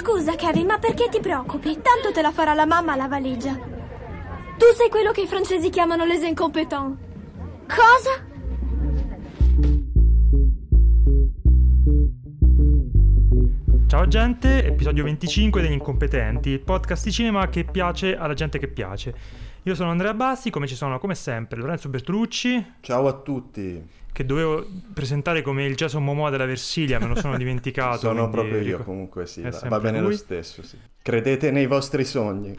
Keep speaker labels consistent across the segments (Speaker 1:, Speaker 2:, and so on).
Speaker 1: Scusa, Kevin, ma perché ti preoccupi? Tanto te la farà la mamma la valigia. Tu sei quello che i francesi chiamano les incompetents. Cosa?
Speaker 2: Ciao gente, episodio 25 degli Incompetenti, il podcast di cinema che piace alla gente che piace. Io sono Andrea Bassi, come ci sono come sempre Lorenzo Bertolucci.
Speaker 3: Ciao a tutti.
Speaker 2: Che dovevo presentare come il Jason Momoa della Versilia, me lo sono dimenticato.
Speaker 3: Sono proprio io, comunque sì, va bene
Speaker 2: lui.
Speaker 3: Lo stesso, sì. Credete nei vostri sogni.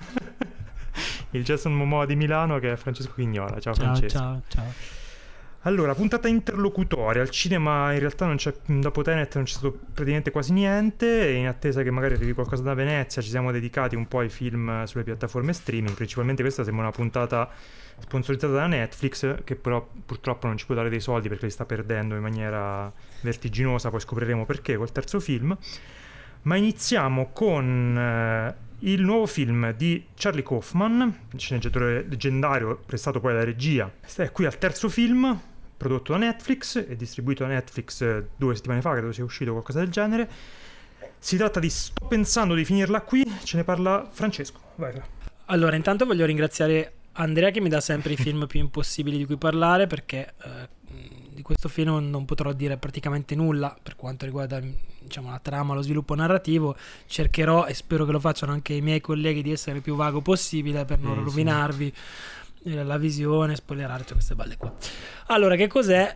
Speaker 2: Il Jason Momoa di Milano, che è Francesco Chignola. Ciao Francesco.
Speaker 4: Ciao.
Speaker 2: Allora, puntata interlocutoria. Al cinema in realtà non c'è, dopo Tenet non c'è stato praticamente quasi niente, e in attesa che magari arrivi qualcosa da Venezia ci siamo dedicati un po' ai film sulle piattaforme streaming. Principalmente questa sembra una puntata sponsorizzata da Netflix, che però purtroppo non ci può dare dei soldi perché li sta perdendo in maniera vertiginosa, poi scopriremo perché col terzo film. Ma iniziamo con il nuovo film di Charlie Kaufman, sceneggiatore leggendario, prestato poi alla regia. È qui al terzo film, prodotto da Netflix e distribuito da Netflix 2 settimane fa, credo sia uscito qualcosa del genere. Si tratta di Sto pensando di finirla qui, ce ne parla Francesco. Vai.
Speaker 4: Allora, intanto voglio ringraziare Andrea che mi dà sempre i film più impossibili di cui parlare, perché di questo film non potrò dire praticamente nulla per quanto riguarda, diciamo, la trama, lo sviluppo narrativo. Cercherò, e spero che lo facciano anche i miei colleghi, di essere il più vago possibile per non rovinarvi la visione, spoilerare tutte queste balle qua. Allora, che cos'è?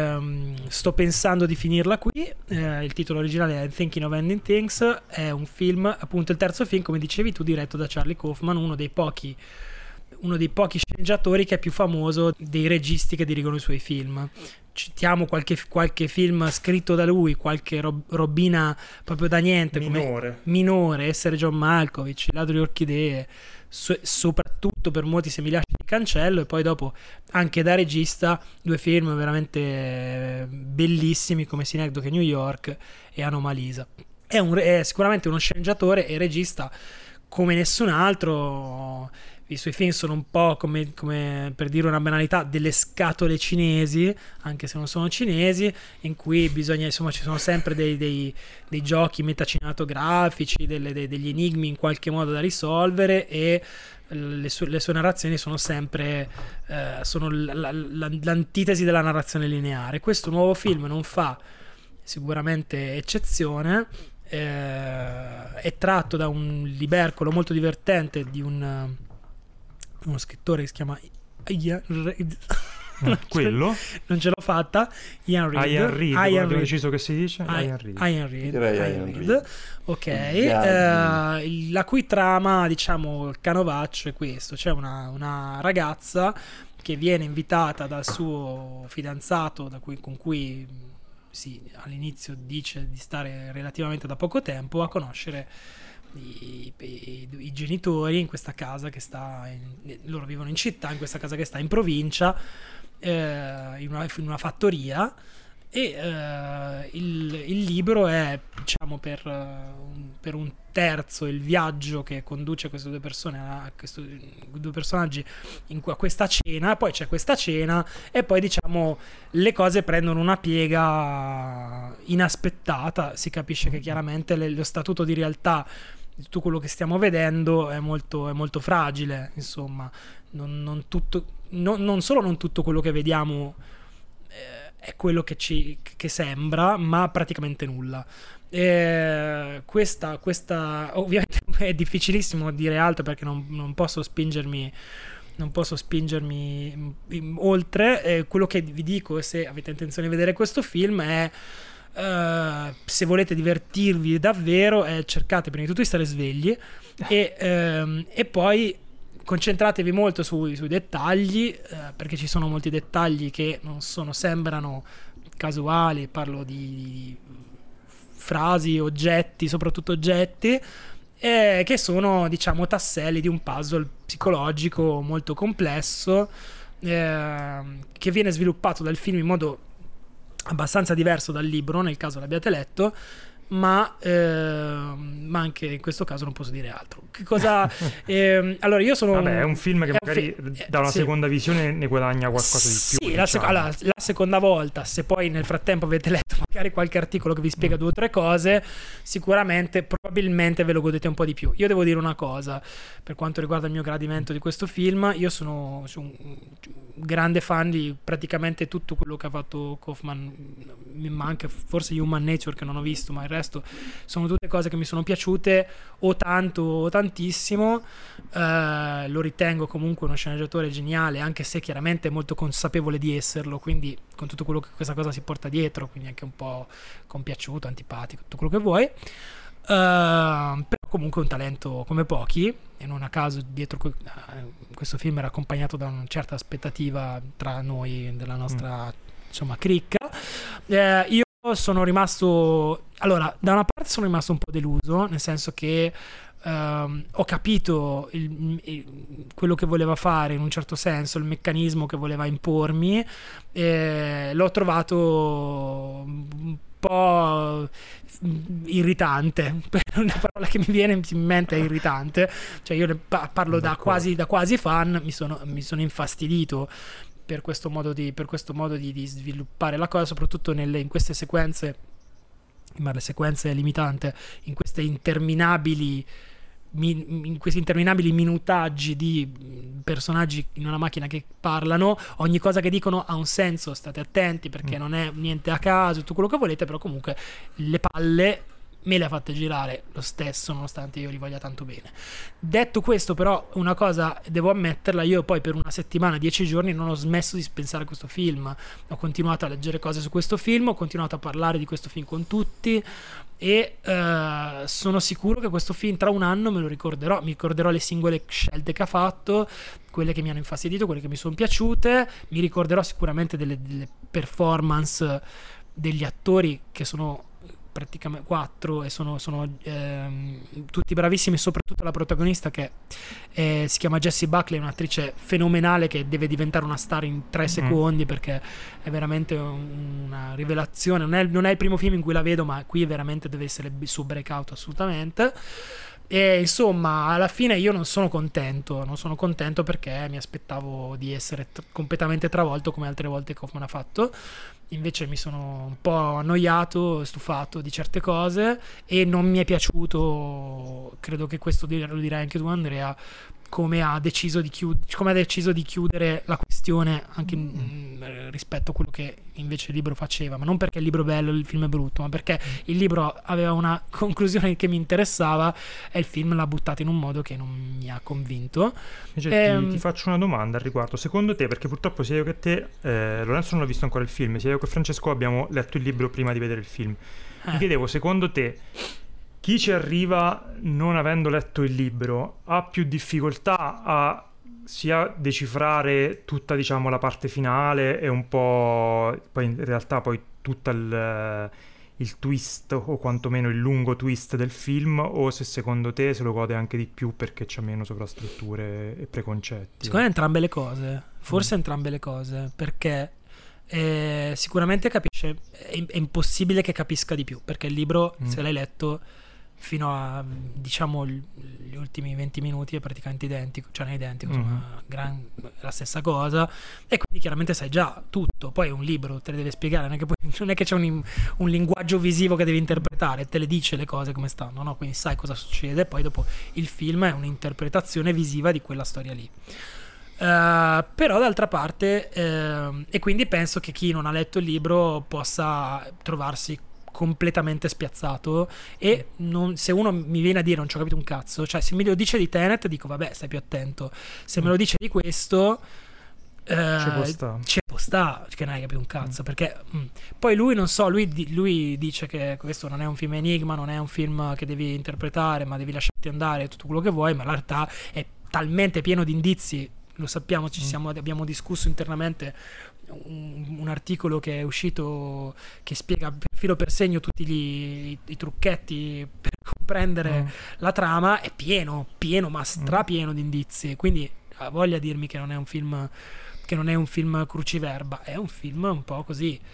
Speaker 4: Sto pensando di finirla qui. Il titolo originale è I'm Thinking of Ending Things. È un film, appunto il terzo film, come dicevi tu, diretto da Charlie Kaufman, uno dei pochi sceneggiatori che è più famoso dei registi che dirigono i suoi film. Citiamo qualche film scritto da lui, qualche robina proprio da niente, minore, Essere John Malkovich, Ladro di orchidee, soprattutto Per molti se mi lasci il cancello, e poi dopo anche da regista 2 film veramente bellissimi come Synecdoche New York e Anomalisa. È sicuramente uno sceneggiatore e regista come nessun altro. I suoi film sono un po' come per dire una banalità, delle scatole cinesi, anche se non sono cinesi, in cui bisogna, insomma, ci sono sempre dei giochi metacinematografici, degli enigmi in qualche modo da risolvere, e le sue narrazioni sono sempre sono l'antitesi della narrazione lineare. Questo nuovo film non fa sicuramente eccezione. È tratto da un libercolo molto divertente di uno scrittore che si chiama Ian Reid.
Speaker 2: Quello?
Speaker 4: Non ce l'ho fatta. Ian Reid.
Speaker 2: Abbiamo deciso che si dice
Speaker 4: Ian
Speaker 3: Reid.
Speaker 4: Ok. La cui trama, diciamo, il canovaccio è questo. C'è una ragazza che viene invitata dal suo fidanzato, con cui all'inizio dice di stare relativamente da poco tempo, a conoscere i genitori in questa casa che loro vivono in città, in questa casa che sta in provincia, in una fattoria, e il libro è, diciamo, per un terzo il viaggio che conduce queste due persone, due personaggi a questa cena. Poi c'è questa cena e poi, diciamo, le cose prendono una piega inaspettata. Si capisce che chiaramente lo statuto di realtà di tutto quello che stiamo vedendo è molto fragile, insomma. Non solo non tutto quello che vediamo è quello che sembra, ma praticamente nulla. Questa ovviamente è difficilissimo dire altro, perché non posso spingermi oltre. Quello che vi dico, se avete intenzione di vedere questo film, è se volete divertirvi davvero, cercate prima di tutto di stare svegli e poi concentratevi molto sui dettagli, perché ci sono molti dettagli che non sembrano casuali. Parlo di frasi, oggetti, soprattutto oggetti, che sono, diciamo, tasselli di un puzzle psicologico molto complesso, che viene sviluppato dal film in modo abbastanza diverso dal libro, nel caso l'abbiate letto, ma anche in questo caso non posso dire altro. Che cosa allora io sono
Speaker 2: è un film che magari da una seconda visione ne guadagna qualcosa di più.
Speaker 4: Sì, la seconda volta, se poi nel frattempo avete letto magari qualche articolo che vi spiega 2 o 3 cose, sicuramente probabilmente ve lo godete un po' di più. Io devo dire una cosa per quanto riguarda il mio gradimento di questo film: io sono un grande fan di praticamente tutto quello che ha fatto Kaufman, mi manca forse Human Nature che non ho visto, ma il resto sono tutte cose che mi sono piaciute o tanto o tantissimo. Lo ritengo comunque uno sceneggiatore geniale, anche se chiaramente è molto consapevole di esserlo, quindi con tutto quello che questa cosa si porta dietro, quindi anche un po' compiaciuto, antipatico, tutto quello che vuoi. Però comunque un talento come pochi, e non a caso dietro questo film era accompagnato da una certa aspettativa tra noi della nostra insomma cricca. Io sono rimasto, allora, da una parte sono rimasto un po' deluso, nel senso che ho capito quello che voleva fare in un certo senso, il meccanismo che voleva impormi, l'ho trovato un po' irritante, per una parola che mi viene in mente è irritante, cioè io ne parlo da quasi fan, mi sono infastidito per questo modo di sviluppare la cosa, soprattutto in queste sequenze, ma le sequenze limitate, in questi interminabili minutaggi di personaggi in una macchina che parlano, ogni cosa che dicono ha un senso, state attenti perché non è niente a caso, tutto quello che volete, però comunque le palle me le ha fatte girare lo stesso, nonostante io li voglia tanto bene. Detto questo, però, una cosa devo ammetterla: io poi per una settimana, 10 giorni non ho smesso di pensare a questo film, ho continuato a leggere cose su questo film, ho continuato a parlare di questo film con tutti, e sono sicuro che questo film tra un anno mi ricorderò le singole scelte che ha fatto, quelle che mi hanno infastidito, quelle che mi sono piaciute, mi ricorderò sicuramente delle performance degli attori, che sono praticamente 4 e sono tutti bravissimi, soprattutto la protagonista che si chiama Jessie Buckley, un'attrice fenomenale che deve diventare una star in 3 secondi, perché è veramente una rivelazione. Non è il primo film in cui la vedo, ma qui veramente deve essere il suo breakout assolutamente. E insomma, alla fine io non sono contento perché mi aspettavo di essere completamente travolto come altre volte Kaufman ha fatto. Invece mi sono un po' annoiato, stufato di certe cose, e non mi è piaciuto, credo che questo lo dirai anche tu, Andrea, come ha deciso di chiudere la questione anche rispetto a quello che invece il libro faceva, ma non perché il libro è bello e il film è brutto, ma perché il libro aveva una conclusione che mi interessava e il film l'ha buttata in un modo che non mi ha convinto.
Speaker 2: Ti faccio una domanda al riguardo: secondo te, perché purtroppo sia io che te, Lorenzo non ha visto ancora il film, sia io che Francesco abbiamo letto il libro prima di vedere il film, mi chiedevo, secondo te chi ci arriva non avendo letto il libro ha più difficoltà a sia decifrare tutta, diciamo, la parte finale e un po' poi in realtà poi tutta il twist, o quantomeno il lungo twist del film, o se secondo te se lo gode anche di più perché c'ha meno sovrastrutture e preconcetti?
Speaker 4: Secondo me entrambe le cose, forse entrambe le cose, perché sicuramente capisce, è impossibile che capisca di più, perché il libro, se l'hai letto fino a, diciamo, gli ultimi 20 minuti è praticamente identico, cioè non è identico, insomma, la stessa cosa, e quindi chiaramente sai già tutto. Poi un libro te le deve spiegare, non è che c'è un linguaggio visivo che devi interpretare, te le dice le cose come stanno, no? Quindi sai cosa succede, poi dopo il film è un'interpretazione visiva di quella storia lì. Però d'altra parte e quindi penso che chi non ha letto il libro possa trovarsi completamente spiazzato, e se uno mi viene a dire non ci ho capito un cazzo, cioè se me lo dice di Tenet dico vabbè, stai più attento, se me lo dice di questo ci può sta che non hai capito un cazzo, perché poi lui, non so, lui dice che questo non è un film enigma, non è un film che devi interpretare, ma devi lasciarti andare tutto quello che vuoi, ma in realtà è talmente pieno di indizi, lo sappiamo, abbiamo discusso internamente un articolo che è uscito che spiega per filo per segno tutti i trucchetti per comprendere la trama. È pieno ma strapieno di indizi, quindi ha voglia a dirmi che non è un film cruciverba, è un film un po' così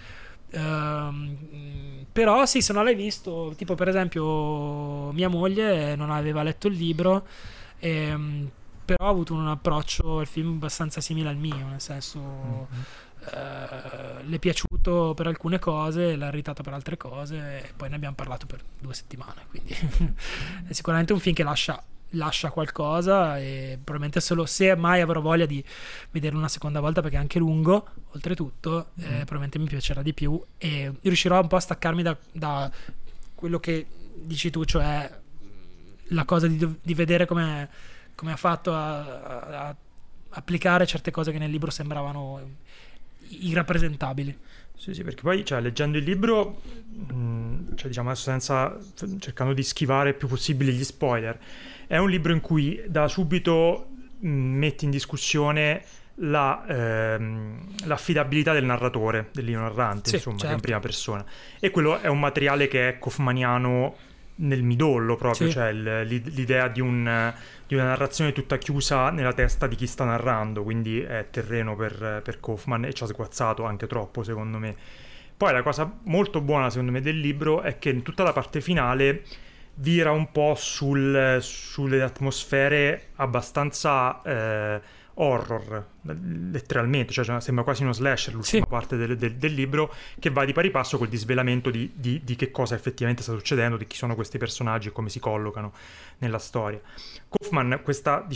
Speaker 4: Però sì, se non l'hai visto, tipo per esempio mia moglie non aveva letto il libro, però ha avuto un approccio al film abbastanza simile al mio, nel senso le è piaciuto per alcune cose, l'ha irritata per altre cose, e poi ne abbiamo parlato per 2 settimane, quindi è sicuramente un film che lascia qualcosa, e probabilmente solo se mai avrò voglia di vederlo una seconda volta, perché è anche lungo oltretutto, probabilmente mi piacerà di più e riuscirò un po' a staccarmi da quello che dici tu, cioè la cosa di vedere come ha fatto a applicare certe cose che nel libro sembravano irrappresentabili.
Speaker 2: Sì, perché poi, cioè, leggendo il libro, cioè, diciamo adesso cercando di schivare il più possibile gli spoiler, è un libro in cui da subito metti in discussione l'affidabilità del narratore, del libro narrante,
Speaker 4: sì,
Speaker 2: insomma,
Speaker 4: certo,
Speaker 2: che è in prima persona. E quello è un materiale che è kaufmaniano nel midollo proprio,
Speaker 4: sì,
Speaker 2: cioè l'idea di una narrazione tutta chiusa nella testa di chi sta narrando, quindi è terreno per Kaufman, e ci ha sguazzato anche troppo, secondo me. Poi la cosa molto buona, secondo me, del libro è che in tutta la parte finale vira un po' sulle atmosfere abbastanza horror, letteralmente, cioè sembra quasi uno slasher l'ultima parte del libro, che va di pari passo col disvelamento di che cosa effettivamente sta succedendo, di chi sono questi personaggi e come si collocano nella storia. Kaufman questa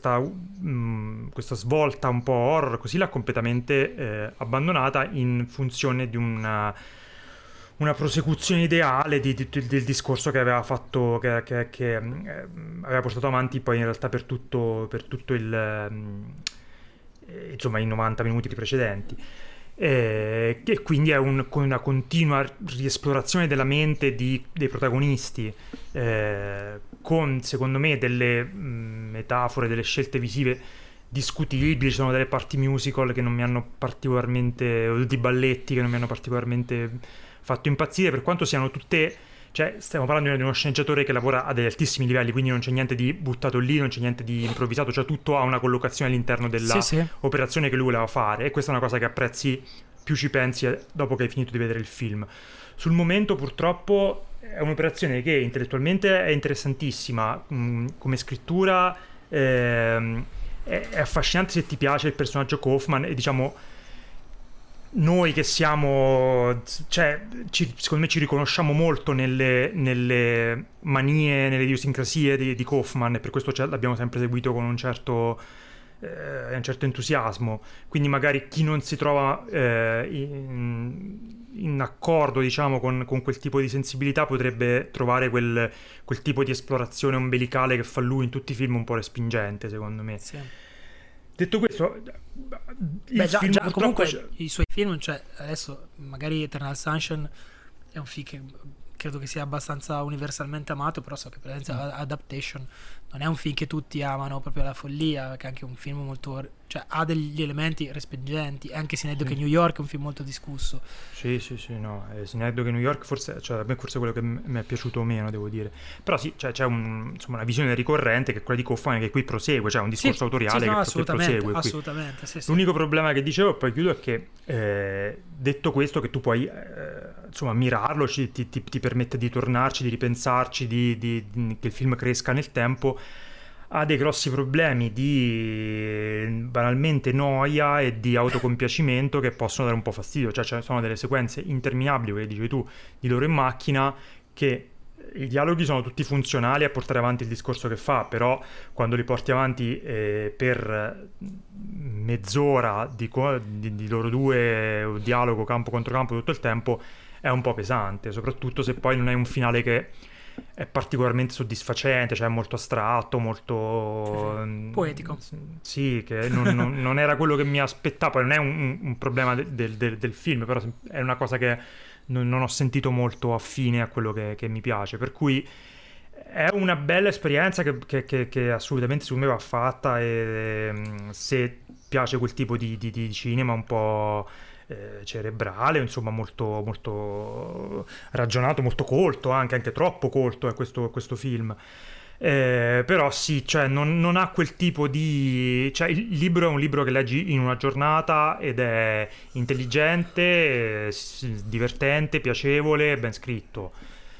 Speaker 2: svolta un po' horror così l'ha completamente abbandonata in funzione di una prosecuzione ideale del discorso che aveva fatto, che aveva portato avanti poi in realtà per tutto insomma i 90 minuti precedenti, e quindi è una continua riesplorazione della mente dei protagonisti, con secondo me delle metafore, delle scelte visive discutibili. Ci sono delle parti musical che non mi hanno particolarmente, o di balletti che non mi hanno particolarmente fatto impazzire, per quanto siano tutte, cioè stiamo parlando di uno sceneggiatore che lavora a degli altissimi livelli, quindi non c'è niente di buttato lì, non c'è niente di improvvisato, cioè tutto ha una collocazione all'interno della operazione che lui voleva fare, e questa è una cosa che apprezzi più ci pensi dopo che hai finito di vedere il film. Sul momento purtroppo è un'operazione che intellettualmente è interessantissima, come scrittura è affascinante se ti piace il personaggio Kaufman, e diciamo noi che siamo, cioè, secondo me ci riconosciamo molto nelle manie, nelle idiosincrasie di Kaufman, e per questo l'abbiamo sempre seguito con un certo entusiasmo. Quindi magari chi non si trova in accordo, diciamo, con quel tipo di sensibilità potrebbe trovare quel tipo di esplorazione ombelicale che fa lui in tutti i film un po' respingente, secondo me.
Speaker 4: Sì.
Speaker 2: Detto questo,
Speaker 4: già comunque i suoi film, cioè adesso magari Eternal Sunshine è un film che credo che sia abbastanza universalmente amato, però so che per esempio Adaptation non è un film che tutti amano proprio alla follia, che è anche un film molto, cioè ha degli elementi respingenti, anche Synecdoche New York è un film molto discusso.
Speaker 2: Sì, no, Synecdoche New York forse, cioè, a me forse quello che mi è piaciuto meno, devo dire. Però sì, cioè, c'è una visione ricorrente che è quella di Kaufman, che qui prosegue, cioè un discorso autoriale che prosegue.
Speaker 4: Assolutamente, sì.
Speaker 2: L'unico problema che dicevo, e poi chiudo, è che detto questo, che tu puoi insomma mirarlo, ti permette di tornarci, di ripensarci, che il film cresca nel tempo, ha dei grossi problemi di banalmente noia e di autocompiacimento che possono dare un po' fastidio. Cioè ci sono delle sequenze interminabili, come dicevi tu, di loro in macchina, che i dialoghi sono tutti funzionali a portare avanti il discorso che fa, però quando li porti avanti per mezz'ora di loro due, dialogo campo contro campo tutto il tempo, è un po' pesante, soprattutto se poi non hai un finale che è particolarmente soddisfacente, cioè molto astratto, molto
Speaker 4: poetico.
Speaker 2: Sì, che non era quello che mi aspettavo. Non è un problema del film, però è una cosa che non ho sentito molto affine a quello che mi piace, per cui è una bella esperienza che assolutamente secondo me va fatta, e se piace quel tipo di cinema un po' cerebrale, insomma molto, molto ragionato, molto colto, anche troppo colto è questo film. Però sì, cioè non ha quel tipo di... Cioè il libro è un libro che leggi in una giornata ed è intelligente, divertente, piacevole, ben scritto.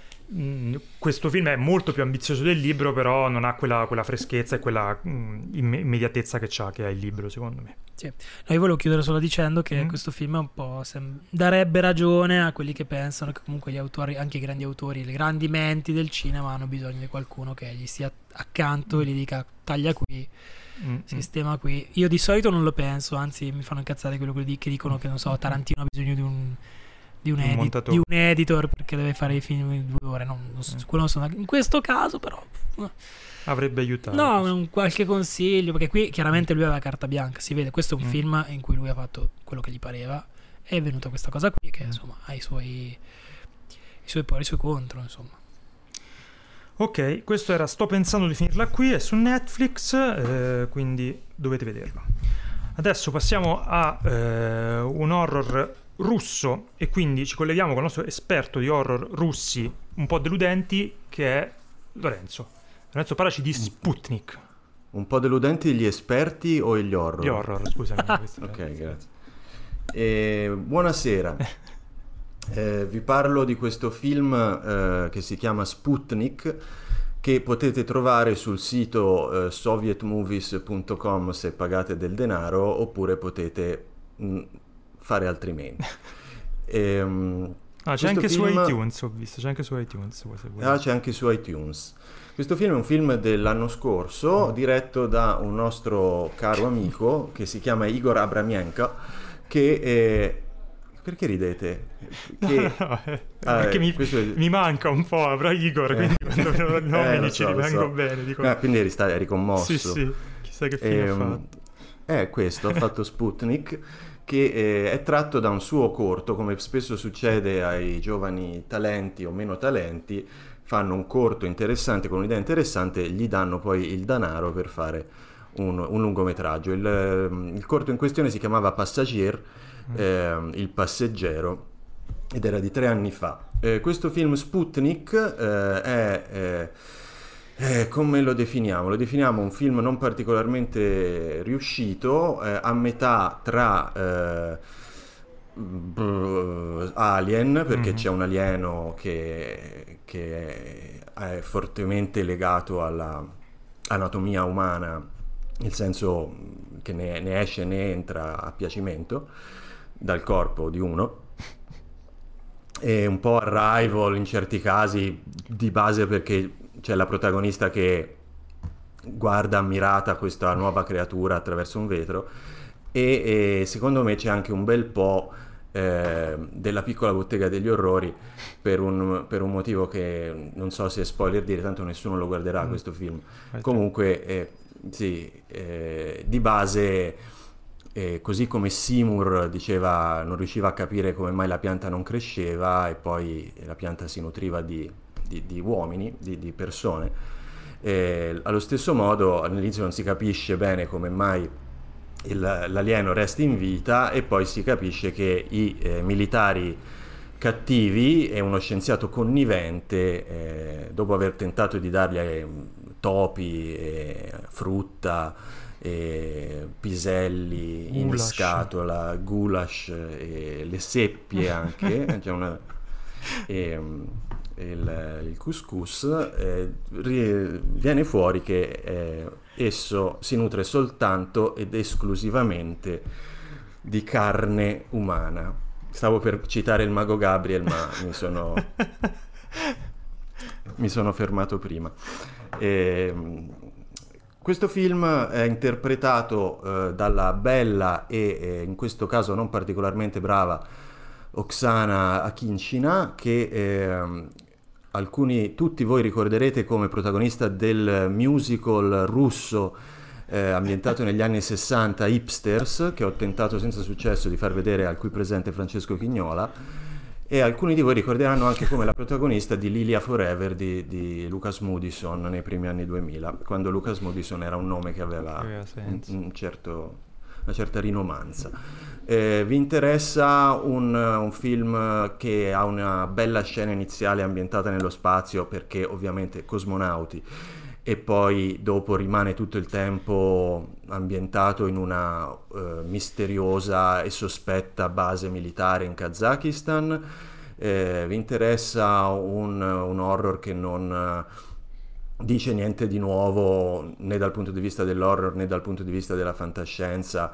Speaker 2: Questo film è molto più ambizioso del libro, però non ha quella freschezza e quella immediatezza che ha il libro, secondo me.
Speaker 4: Sì. No, io volevo chiudere solo dicendo che questo film è un po' darebbe ragione a quelli che pensano che comunque gli autori, anche i grandi autori, le grandi menti del cinema hanno bisogno di qualcuno che gli stia accanto e gli dica taglia qui, sistema qui. Io di solito non lo penso, anzi mi fanno incazzare quello che dicono che, non so, Tarantino ha bisogno di un editor perché deve fare i film in 2 ore. Quello non sono, in questo caso però
Speaker 2: avrebbe aiutato.
Speaker 4: No, qualche consiglio, perché qui chiaramente lui aveva carta bianca, si vede, questo è un film in cui lui ha fatto quello che gli pareva, e è venuta questa cosa qui che insomma ha i suoi pro e i suoi contro, insomma.
Speaker 2: Ok, questo era Sto pensando di finirla qui, è su Netflix, quindi dovete vederlo. Adesso passiamo a un horror russo, e quindi ci colleghiamo con il nostro esperto di horror russi un po' deludenti, che è Lorenzo. Lorenzo, parlaci di Sputnik.
Speaker 3: Un po' deludenti gli esperti o gli horror?
Speaker 2: Gli horror, scusami.
Speaker 3: Ok, grazie. Buonasera. Vi parlo di questo film che si chiama Sputnik, che potete trovare sul sito sovietmovies.com se pagate del denaro, oppure potete fare altrimenti.
Speaker 2: C'è anche su iTunes, ho visto, c'è anche su iTunes.
Speaker 3: C'è anche su iTunes. Questo film è un film dell'anno scorso, diretto da un nostro caro amico che si chiama Igor Abramienko, che perché ridete?
Speaker 2: Perché mi manca un po', però Igor, quindi quando me lo nomini ci rimango bene. Dico...
Speaker 3: quindi eri commosso.
Speaker 2: Sì, chissà che fine ha fatto.
Speaker 3: Questo ha fatto Sputnik, che è tratto da un suo corto, come spesso succede ai giovani talenti o meno talenti. Fanno un corto interessante con un'idea interessante, gli danno poi il denaro per fare un lungometraggio. Il corto in questione si chiamava Passagier, il passeggero, ed era di 3 anni fa. Questo film Sputnik è come lo definiamo? Lo definiamo un film non particolarmente riuscito, a metà tra Alien, perché c'è un alieno che è fortemente legato all'anatomia umana, nel senso che ne esce e ne entra a piacimento dal corpo di uno, e un po' Arrival in certi casi, di base, perché c'è la protagonista che guarda ammirata questa nuova creatura attraverso un vetro, e secondo me c'è anche un bel po' della Piccola bottega degli orrori, per un motivo che non so se è spoiler dire, tanto nessuno lo guarderà questo film. Comunque sì, di base, così come Seymour diceva, non riusciva a capire come mai la pianta non cresceva, e poi la pianta si nutriva di uomini, di persone. Allo stesso modo all'inizio non si capisce bene come mai l'alieno resta in vita, e poi si capisce che i militari cattivi e uno scienziato connivente, dopo aver tentato di dargli topi, frutta, piselli in scatola, goulash, le seppie anche, c'è il couscous, viene fuori che esso si nutre soltanto ed esclusivamente di carne umana. Stavo per citare il mago Gabriel, ma mi sono fermato prima. Questo film è interpretato dalla bella e in questo caso non particolarmente brava Oksana Akinshina, che tutti voi ricorderete come protagonista del musical russo ambientato negli anni 60, Hipsters, che ho tentato senza successo di far vedere, al cui presente Francesco Chignola, e alcuni di voi ricorderanno anche come la protagonista di Lilia Forever di Lucas Moodysson nei primi anni 2000, quando Lucas Moodysson era un nome che aveva una certa rinomanza. Vi interessa un film che ha una bella scena iniziale ambientata nello spazio, perché ovviamente cosmonauti, e poi dopo rimane tutto il tempo ambientato in una misteriosa e sospetta base militare in Kazakistan. Vi interessa un horror che non dice niente di nuovo né dal punto di vista dell'horror né dal punto di vista della fantascienza,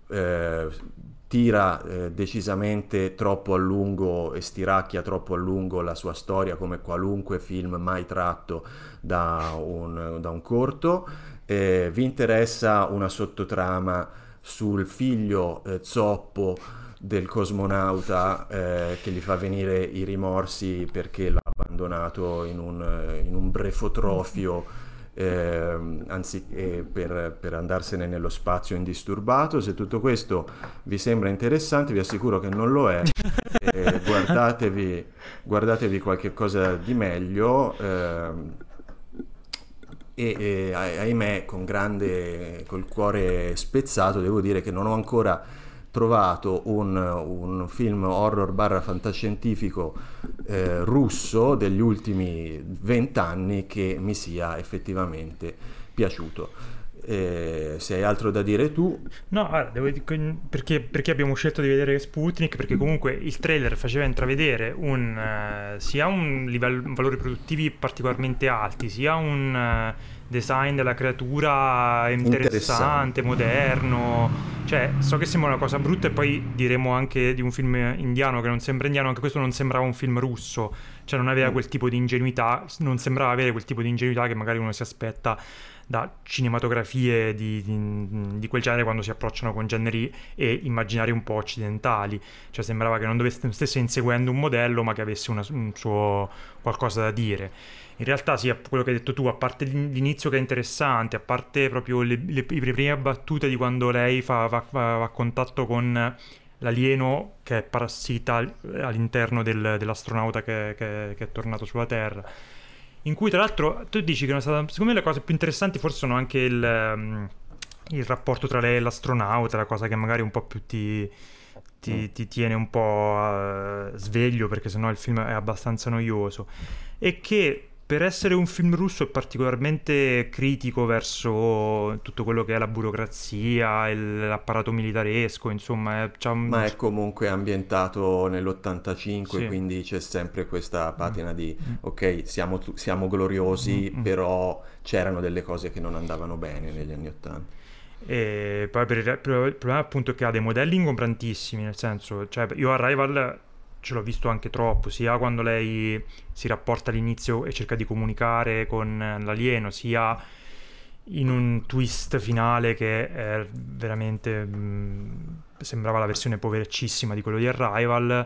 Speaker 3: tira decisamente troppo a lungo e stiracchia troppo a lungo la sua storia come qualunque film mai tratto da un corto. Vi interessa una sottotrama sul figlio zoppo del cosmonauta che gli fa venire i rimorsi perché l'ha abbandonato in un brefotrofio per andarsene nello spazio indisturbato. Se tutto questo vi sembra interessante, vi assicuro che non lo è. Guardatevi qualche cosa di meglio. Ahimè, col cuore spezzato, devo dire che non ho ancora trovato un film horror / fantascientifico russo degli ultimi 20 anni che mi sia effettivamente piaciuto. Se hai altro da dire tu.
Speaker 2: No, guarda, devo dire, perché abbiamo scelto di vedere Sputnik, perché comunque il trailer faceva intravedere sia un valori produttivi particolarmente alti, sia un design della creatura interessante, moderno. Cioè, so che sembra una cosa brutta, e poi diremo anche di un film indiano che non sembra indiano. Anche questo non sembrava un film russo, cioè non aveva quel tipo di ingenuità, non sembrava avere quel tipo di ingenuità che magari uno si aspetta da cinematografie di quel genere quando si approcciano con generi e immaginari un po' occidentali. Cioè sembrava che non stesse inseguendo un modello, ma che avesse un suo qualcosa da dire. In realtà sì, quello che hai detto tu, a parte l'inizio che è interessante, a parte proprio le prime battute di quando lei va a contatto con l'alieno che è parassita all'interno dell'astronauta che è tornato sulla Terra, in cui tra l'altro tu dici che secondo me le cose più interessanti forse sono anche il rapporto tra lei e l'astronauta, la cosa che magari un po' più ti tiene un po' sveglio, perché sennò il film è abbastanza noioso, e che per essere un film russo è particolarmente critico verso tutto quello che è la burocrazia, l'apparato militaresco, insomma.
Speaker 3: Ma è comunque ambientato nell'85,
Speaker 2: sì.
Speaker 3: Quindi c'è sempre questa patina di ok, siamo gloriosi, però c'erano delle cose che non andavano bene negli anni 80.
Speaker 2: E poi il problema appunto è che ha dei modelli ingombrantissimi, nel senso, cioè io Arrival ce l'ho visto anche troppo, sia quando lei si rapporta all'inizio e cerca di comunicare con l'alieno, sia in un twist finale che è veramente sembrava la versione povercissima di quello di Arrival,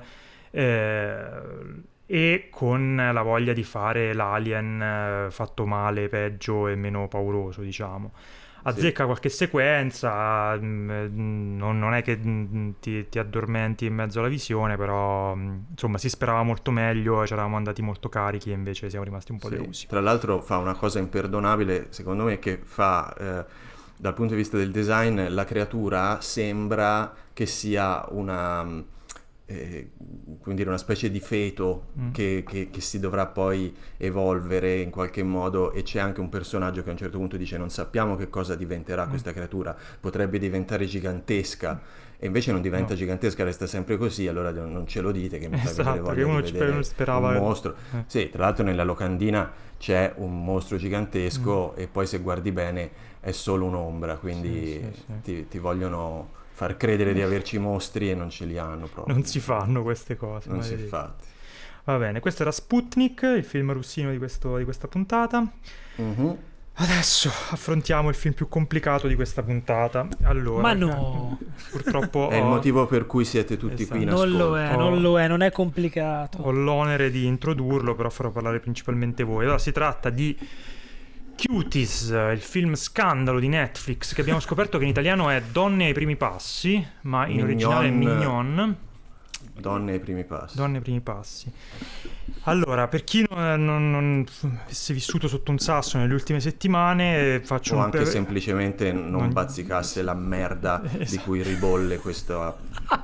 Speaker 2: e con la voglia di fare l'alien fatto male, peggio e meno pauroso, diciamo. Azzecca qualche sequenza, non è che ti addormenti in mezzo alla visione, però insomma si sperava molto meglio, ci eravamo andati molto carichi e invece siamo rimasti un po' delusi.
Speaker 3: Tra l'altro fa una cosa imperdonabile secondo me, che fa dal punto di vista del design, la creatura sembra che sia una come dire, una specie di feto che si dovrà poi evolvere in qualche modo, e c'è anche un personaggio che a un certo punto dice non sappiamo che cosa diventerà questa creatura, potrebbe diventare gigantesca, e invece non diventa gigantesca, resta sempre così. Allora non ce lo dite che mi fa vedere voglia di vedere un mostro. Sì, tra l'altro nella locandina c'è un mostro gigantesco e poi se guardi bene è solo un'ombra, quindi ti vogliono far credere di averci mostri e non ce li hanno proprio.
Speaker 2: Non si fanno queste cose.
Speaker 3: Non si è fatti.
Speaker 2: Va bene, questo era Sputnik, il film russino di questa puntata. Adesso affrontiamo il film più complicato di questa puntata. Allora,
Speaker 4: ma no,
Speaker 2: purtroppo
Speaker 3: è il motivo per cui siete tutti qui in ascolto.
Speaker 4: Non è complicato.
Speaker 2: Ho l'onere di introdurlo, però farò parlare principalmente voi. Allora, si tratta di Cuties, il film scandalo di Netflix, che abbiamo scoperto che in italiano è Donne ai primi passi, ma in originale è Mignon.
Speaker 3: Donne ai primi passi.
Speaker 2: Donne ai primi passi. Allora, per chi non avesse vissuto sotto un sasso nelle ultime settimane, faccio
Speaker 3: o anche semplicemente non bazzicasse la merda di cui ribolle questa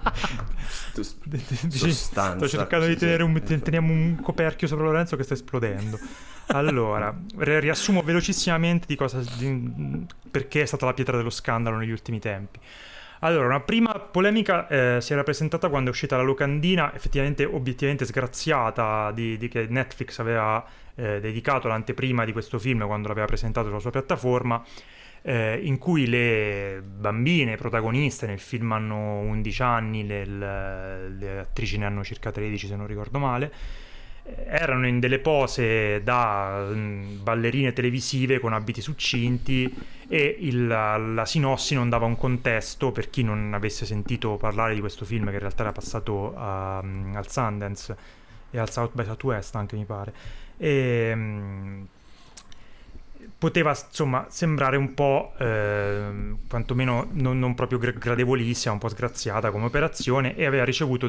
Speaker 3: sostanza.
Speaker 2: Sto cercando di teniamo un coperchio sopra Lorenzo che sta esplodendo. Allora, riassumo velocissimamente perché è stata la pietra dello scandalo negli ultimi tempi. Allora, una prima polemica si era presentata quando è uscita la locandina, effettivamente obiettivamente sgraziata, che Netflix aveva dedicato l'anteprima di questo film quando l'aveva presentato sulla sua piattaforma, in cui le bambine protagoniste nel film hanno 11 anni, le attrici ne hanno circa 13 se non ricordo male, erano in delle pose da ballerine televisive con abiti succinti e la sinossi non dava un contesto per chi non avesse sentito parlare di questo film, che in realtà era passato al Sundance e al South by Southwest anche mi pare, e poteva insomma sembrare un po' quantomeno non proprio gradevolissima, un po' sgraziata come operazione, e aveva ricevuto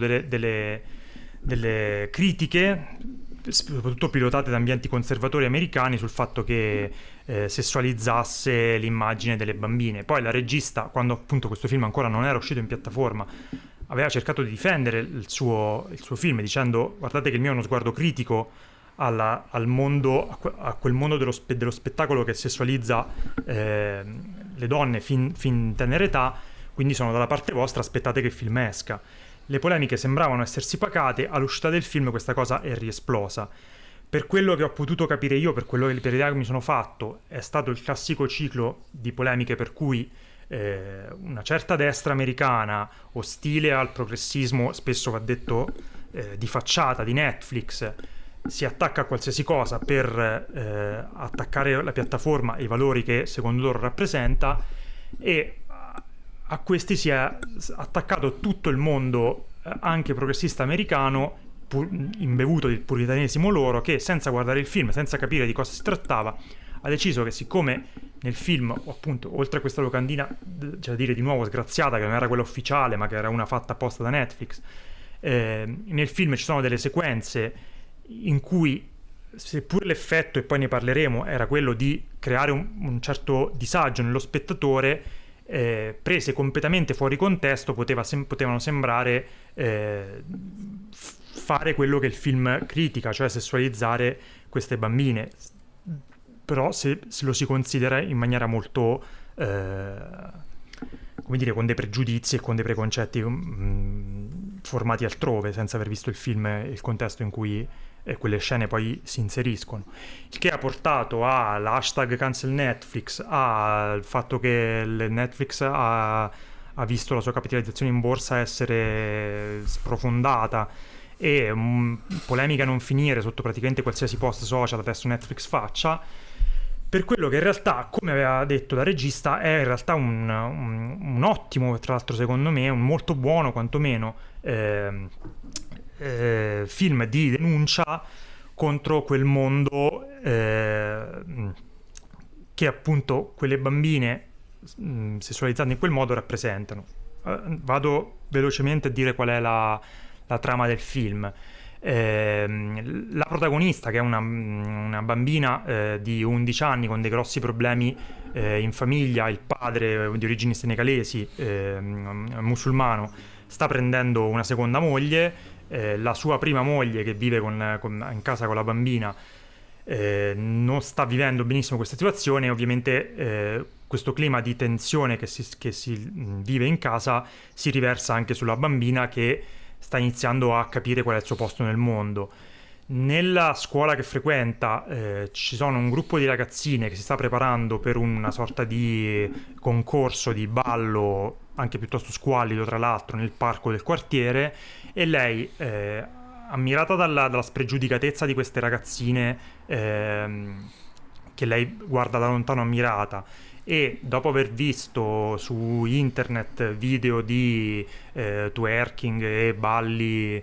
Speaker 2: delle critiche, soprattutto pilotate da ambienti conservatori americani, sul fatto che sessualizzasse l'immagine delle bambine. Poi la regista, quando appunto questo film ancora non era uscito in piattaforma, aveva cercato di difendere il suo film dicendo: guardate che il mio è uno sguardo critico al mondo, a quel mondo dello spettacolo che sessualizza le donne fin in tenera età, quindi sono dalla parte vostra, aspettate che il film esca. Le polemiche sembravano essersi pacate, all'uscita del film questa cosa è riesplosa. Per quello che ho potuto capire io, per l'idea che mi sono fatto, è stato il classico ciclo di polemiche per cui una certa destra americana, ostile al progressismo, spesso va detto di facciata, di Netflix, si attacca a qualsiasi cosa per attaccare la piattaforma e i valori che secondo loro rappresenta, e a questi si è attaccato tutto il mondo, anche progressista americano, imbevuto del puritanesimo loro, che senza guardare il film, senza capire di cosa si trattava, ha deciso che siccome nel film, appunto, oltre a questa locandina, cioè da dire di nuovo sgraziata, che non era quella ufficiale ma che era una fatta apposta da Netflix, nel film ci sono delle sequenze in cui, seppur l'effetto, e poi ne parleremo, era quello di creare un certo disagio nello spettatore, prese completamente fuori contesto potevano sembrare fare quello che il film critica, cioè sessualizzare queste bambine, però se lo si considera in maniera molto come dire, con dei pregiudizi e con dei preconcetti formati altrove, senza aver visto il film e il contesto in cui quelle scene poi si inseriscono, il che ha portato all'hashtag cancel Netflix, al fatto che Netflix ha visto la sua capitalizzazione in borsa essere sprofondata e polemica non finire sotto praticamente qualsiasi post social adesso Netflix faccia, per quello che in realtà, come aveva detto la regista, è in realtà un ottimo, tra l'altro secondo me, un molto buono quantomeno film di denuncia contro quel mondo che appunto quelle bambine sessualizzate in quel modo rappresentano. Vado velocemente a dire qual è la trama del film. La protagonista, che è una bambina di 11 anni con dei grossi problemi in famiglia, il padre di origini senegalesi, musulmano, sta prendendo una seconda moglie. La sua prima moglie, che vive in casa con la bambina, non sta vivendo benissimo questa situazione, e ovviamente questo clima di tensione che si vive in casa si riversa anche sulla bambina, che sta iniziando a capire qual è il suo posto nel mondo. Nella scuola che frequenta ci sono un gruppo di ragazzine che si sta preparando per una sorta di concorso di ballo, anche piuttosto squallido tra l'altro, nel parco del quartiere, e lei, ammirata dalla spregiudicatezza di queste ragazzine che lei guarda da lontano ammirata, e dopo aver visto su internet video di twerking e balli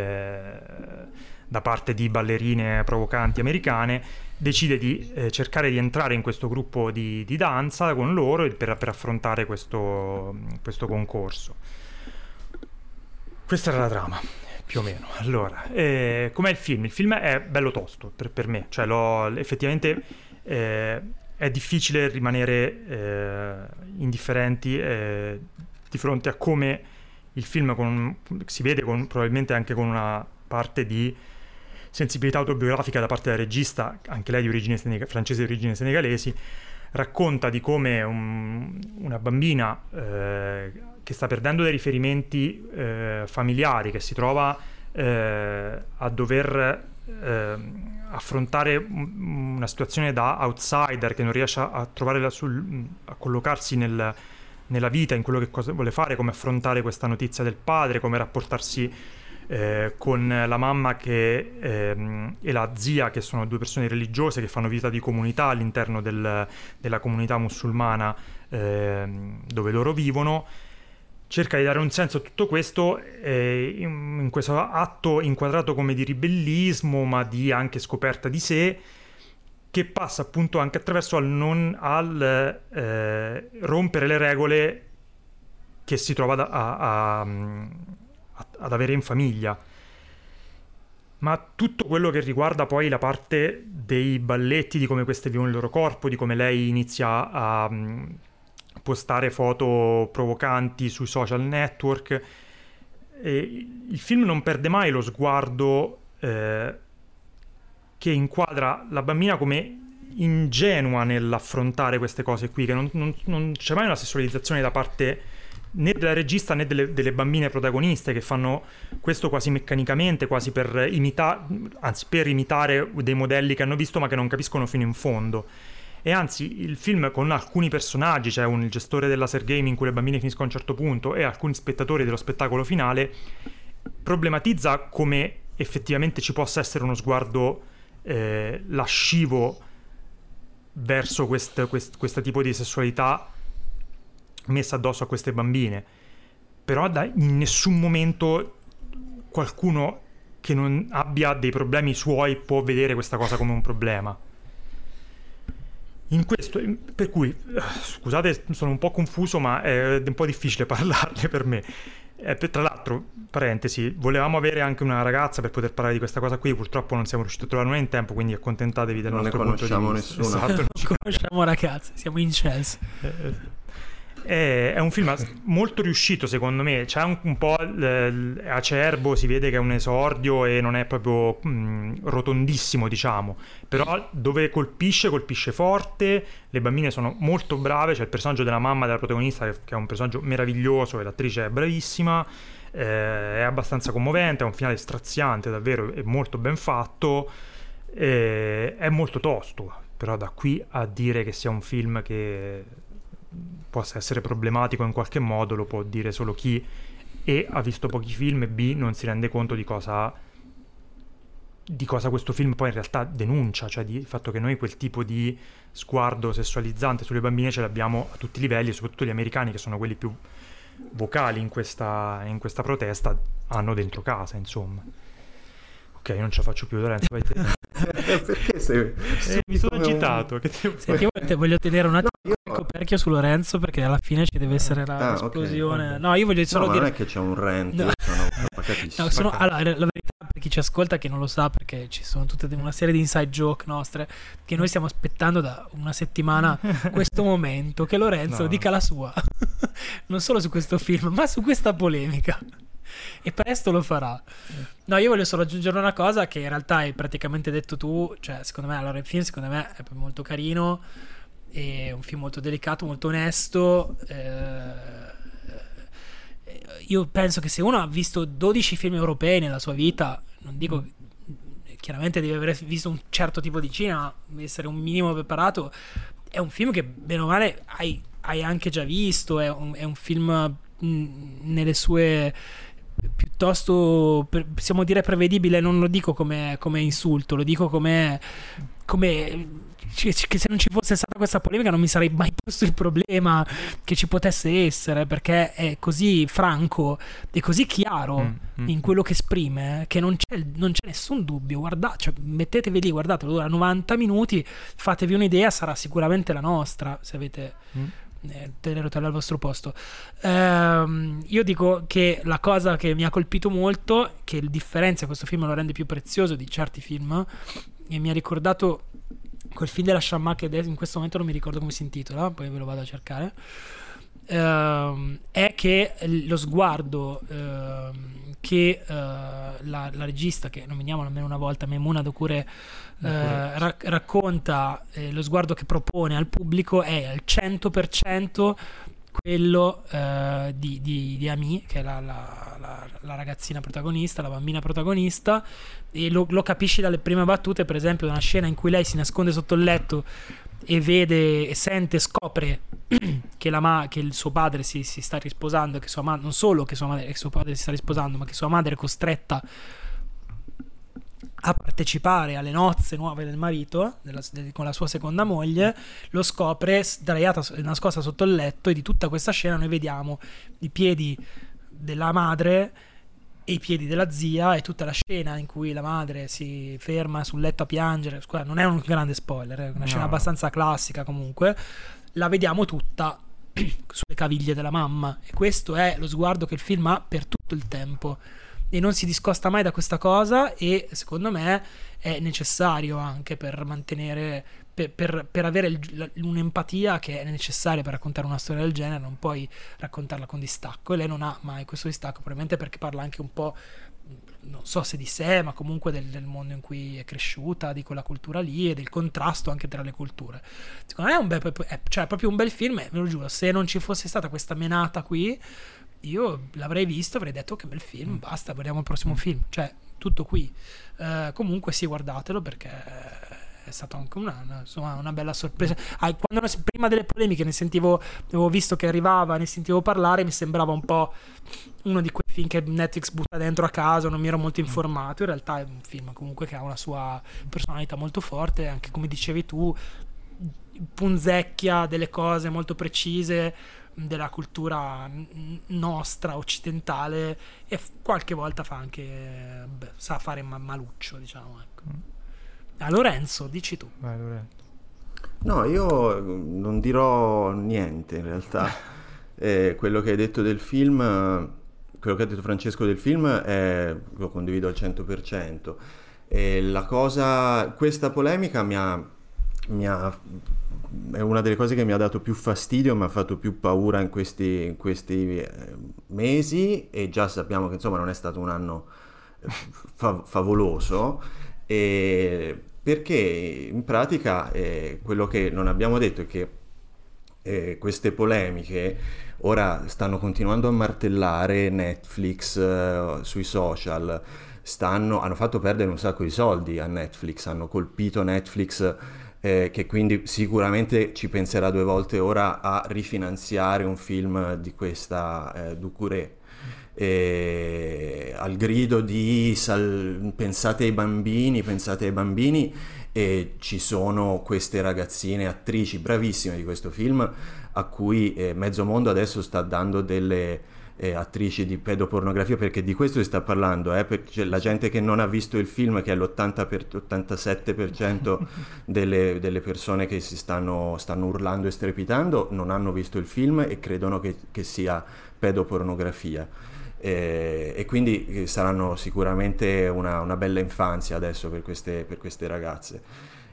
Speaker 2: da parte di ballerine provocanti americane, decide di cercare di entrare in questo gruppo di danza con loro per affrontare questo concorso. Questa era la trama, più o meno. Allora, com'è il film? Il film è bello tosto per me, cioè effettivamente è difficile rimanere indifferenti di fronte a come il film si vede probabilmente anche con una parte di sensibilità autobiografica da parte del regista, anche lei di origine francese di origine senegalesi, racconta di come una bambina che sta perdendo dei riferimenti familiari, che si trova a dover affrontare una situazione da outsider, che non riesce a trovare a collocarsi nella vita, in quello che cosa vuole fare, come affrontare questa notizia del padre, come rapportarsi con la mamma e la zia, che sono due persone religiose che fanno vita di comunità all'interno della comunità musulmana dove loro vivono. Cerca di dare un senso a tutto questo in questo atto inquadrato come di ribellismo, ma di anche scoperta di sé, che passa appunto anche attraverso al rompere le regole che si trova ad avere in famiglia. Ma tutto quello che riguarda poi la parte dei balletti, di come queste vivono il loro corpo, di come lei inizia a postare foto provocanti sui social network, il film non perde mai lo sguardo che inquadra la bambina come ingenua nell'affrontare queste cose qui, che non c'è mai una sessualizzazione da parte né della regista né delle bambine protagoniste, che fanno questo quasi meccanicamente, quasi per imitare dei modelli che hanno visto ma che non capiscono fino in fondo. E anzi, il film, con alcuni personaggi, cioè il gestore della Sergame in cui le bambine finiscono a un certo punto e alcuni spettatori dello spettacolo finale, problematizza come effettivamente ci possa essere uno sguardo lascivo verso questo tipo di sessualità messa addosso a queste bambine. Però in nessun momento qualcuno che non abbia dei problemi suoi può vedere questa cosa come un problema. In questo, per cui, scusate, sono un po' confuso, ma è un po' difficile parlarne per me. Tra l'altro, parentesi, volevamo avere anche una ragazza per poter parlare di questa cosa qui, purtroppo non siamo riusciti a trovare una in tempo, quindi accontentatevi del nostro punto di vista.
Speaker 3: Non ne conosciamo nessuno.
Speaker 2: Esatto,
Speaker 4: non conosciamo ragazze, siamo in Chelsea.
Speaker 2: È un film molto riuscito, secondo me. C'è un po' acerbo, si vede che è un esordio e non è proprio rotondissimo, diciamo, però dove colpisce forte. Le bambine sono molto brave, c'è il personaggio della mamma della protagonista che è un personaggio meraviglioso e l'attrice è bravissima, è abbastanza commovente, ha un finale straziante, davvero, è molto ben fatto, è molto tosto, però da qui a dire che sia un film che possa essere problematico in qualche modo lo può dire solo chi ha visto pochi film e B non si rende conto di cosa questo film poi in realtà denuncia, cioè di fatto che noi quel tipo di sguardo sessualizzante sulle bambine ce l'abbiamo a tutti i livelli, e soprattutto gli americani, che sono quelli più vocali in questa protesta, hanno dentro casa, insomma. Ok, non ce la faccio più, Lorenzo, vai te.
Speaker 3: Perché
Speaker 2: mi sono agitato.
Speaker 4: Senti, io voglio tenere un attimo il coperchio su Lorenzo, perché alla fine ci deve essere l'esplosione.
Speaker 3: Okay.
Speaker 4: No, io voglio solo dire...
Speaker 3: non è che c'è un rant, no. Sono pacatissimo.
Speaker 4: No, allora, la verità, per chi ci ascolta che non lo sa, perché ci sono tutta una serie di inside joke nostre, che noi stiamo aspettando da una settimana questo momento che Lorenzo dica la sua, non solo su questo film, ma su questa polemica. E presto lo farà. No, io voglio solo aggiungere una cosa che in realtà hai praticamente detto tu. Cioè, secondo me, allora il film secondo me è molto carino, è un film molto delicato, molto onesto. Io penso che se uno ha visto 12 film europei nella sua vita, non dico chiaramente deve aver visto un certo tipo di cinema, deve essere un minimo preparato, è un film che bene o male hai anche già visto. È un film nelle sue piuttosto possiamo dire prevedibile. Non lo dico come insulto, lo dico come che se non ci fosse stata questa polemica non mi sarei mai posto il problema che ci potesse essere, perché è così franco e così chiaro in quello che esprime, che non c'è nessun dubbio. Guardate, cioè, mettetevi lì, guardate, dura 90 minuti, fatevi un'idea, sarà sicuramente la nostra, se avete tenerlo al vostro posto. Io dico che la cosa che mi ha colpito molto, che differenzia questo film, lo rende più prezioso di certi film, e mi ha ricordato quel film della Shammah che in questo momento non mi ricordo come si intitola, poi ve lo vado a cercare, è che lo sguardo che la regista, che nominiamo almeno una volta, Maimouna Doucouré, racconta, lo sguardo che propone al pubblico è al 100% quello di Ami, che è la ragazzina protagonista, la bambina protagonista, e lo capisci dalle prime battute. Per esempio, una scena in cui lei si nasconde sotto il letto e vede e sente, scopre che il suo padre si sta risposando, e che sua madre, non solo che suo padre si sta risposando, ma che sua madre è costretta a partecipare alle nozze nuove del marito con la sua seconda moglie. Lo scopre sdraiata, nascosta sotto il letto, e di tutta questa scena noi vediamo i piedi della madre e i piedi della zia, e tutta la scena in cui la madre si ferma sul letto a piangere. Scusa, non è un grande spoiler, è una scena abbastanza classica, comunque la vediamo tutta sulle caviglie della mamma, e questo è lo sguardo che il film ha per tutto il tempo e non si discosta mai da questa cosa, e secondo me è necessario anche per mantenere, per avere un'empatia che è necessaria per raccontare una storia del genere. Non puoi raccontarla con distacco, e lei non ha mai questo distacco, probabilmente perché parla anche un po', non so se di sé, ma comunque del mondo in cui è cresciuta, di quella cultura lì, e del contrasto anche tra le culture. Secondo me è proprio un bel film, ve lo giuro. Se non ci fosse stata questa menata qui, io l'avrei visto, avrei detto che bel film, basta, guardiamo il prossimo film, cioè tutto qui. Comunque sì, guardatelo, perché è stata anche una bella sorpresa. Quando prima delle polemiche avevo visto che arrivava, ne sentivo parlare, mi sembrava un po' uno di quei film che Netflix butta dentro a caso, non mi ero molto informato. In realtà è un film comunque che ha una sua personalità molto forte, anche come dicevi tu, punzecchia delle cose molto precise della cultura nostra occidentale, e qualche volta fa anche sa fare maluccio, diciamo, ecco. A Lorenzo, dici tu.
Speaker 2: Vai, Lorenzo.
Speaker 3: No, io non dirò niente in realtà. Quello che hai detto del film, quello che ha detto Francesco del film, lo condivido al 100%. Questa polemica è una delle cose che mi ha dato più fastidio, mi ha fatto più paura in questi mesi, e già sappiamo che insomma non è stato un anno favoloso, perché in pratica quello che non abbiamo detto è che queste polemiche ora stanno continuando a martellare Netflix sui social, hanno fatto perdere un sacco di soldi a Netflix, hanno colpito Netflix, che quindi sicuramente ci penserà due volte ora a rifinanziare un film di questa Doucouré, al grido di pensate ai bambini, e ci sono queste ragazzine attrici bravissime di questo film a cui mezzo mondo adesso sta dando delle attrici di pedopornografia, perché di questo si sta parlando, perché la gente che non ha visto il film, che è l'87% delle persone che si stanno urlando e strepitando, non hanno visto il film e credono che sia pedopornografia, e quindi saranno sicuramente una bella infanzia adesso per queste ragazze,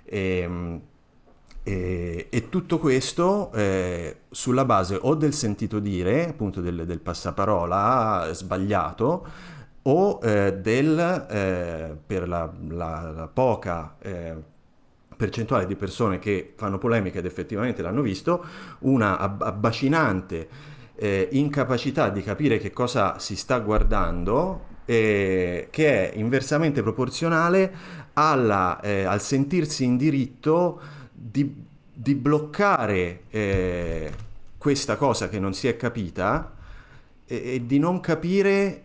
Speaker 3: e tutto questo sulla base o del sentito dire, appunto del passaparola sbagliato, o per la poca percentuale di persone che fanno polemica ed effettivamente l'hanno visto, una abbacinante incapacità di capire che cosa si sta guardando, che è inversamente proporzionale al sentirsi in diritto di bloccare questa cosa che non si è capita, e di non capire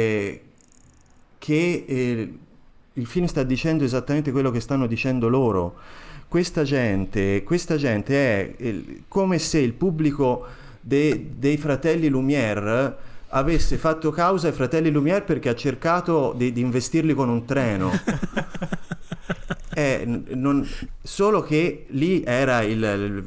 Speaker 3: che il film sta dicendo esattamente quello che stanno dicendo loro. Questa gente è come se il pubblico dei fratelli Lumière avesse fatto causa ai fratelli Lumière perché ha cercato di investirli con un treno. Solo che lì era il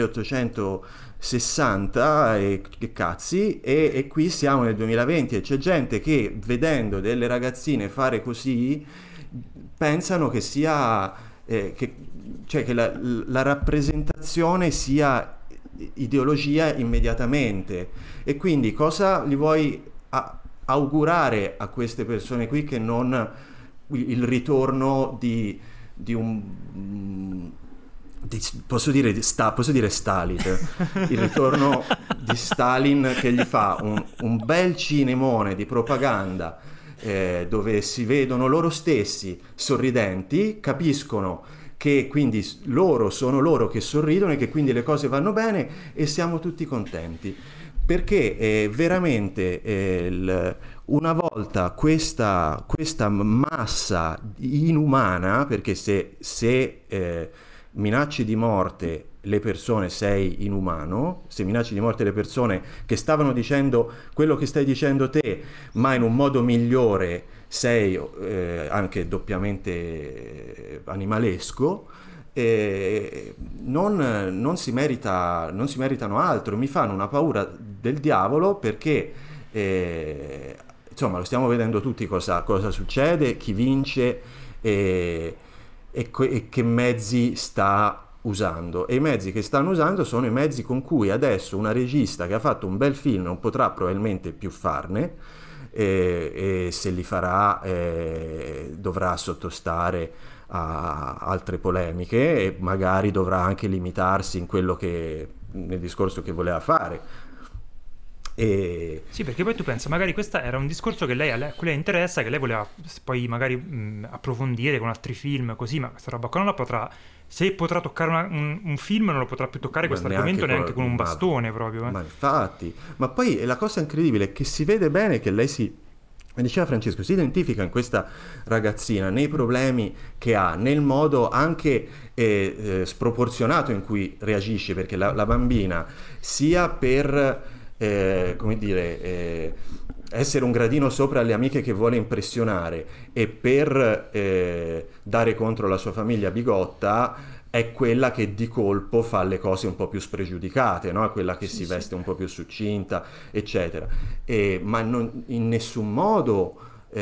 Speaker 3: 1860 e che cazzi, e qui siamo nel 2020 e c'è gente che vedendo delle ragazzine fare così pensano che sia cioè che la rappresentazione sia ideologia immediatamente, e quindi cosa gli vuoi augurare a queste persone qui che non il ritorno di un posso dire Stalin, il ritorno di Stalin, che gli fa un bel cinemone di propaganda dove si vedono loro stessi sorridenti, capiscono che quindi loro sono loro che sorridono e che quindi le cose vanno bene e siamo tutti contenti, perché veramente una volta questa massa inumana, perché se minacci di morte le persone sei inumano, se minacci di morte le persone che stavano dicendo quello che stai dicendo te ma in un modo migliore sei anche doppiamente animalesco, non si meritano altro. Mi fanno una paura del diavolo, perché insomma lo stiamo vedendo tutti cosa succede, chi vince e che mezzi sta usando, e i mezzi che stanno usando sono i mezzi con cui adesso una regista che ha fatto un bel film non potrà probabilmente più farne, e se li farà dovrà sottostare a altre polemiche e magari dovrà anche limitarsi in quello nel discorso che voleva fare.
Speaker 2: Sì, perché poi tu pensa, magari questo era un discorso che a lei interessa, che lei voleva poi magari approfondire con altri film, così, ma questa roba qua non la potrà, se potrà toccare un film non lo potrà più toccare questo argomento neanche con un bastone proprio.
Speaker 3: Ma infatti, ma poi la cosa incredibile è che si vede bene che lei come diceva Francesco, si identifica in questa ragazzina, nei problemi che ha, nel modo anche sproporzionato in cui reagisce, perché la bambina, sia per come dire, essere un gradino sopra le amiche che vuole impressionare e per dare contro la sua famiglia bigotta, è quella che di colpo fa le cose un po' più spregiudicate, no? È quella che si veste un po' più succinta, eccetera. Ma in nessun modo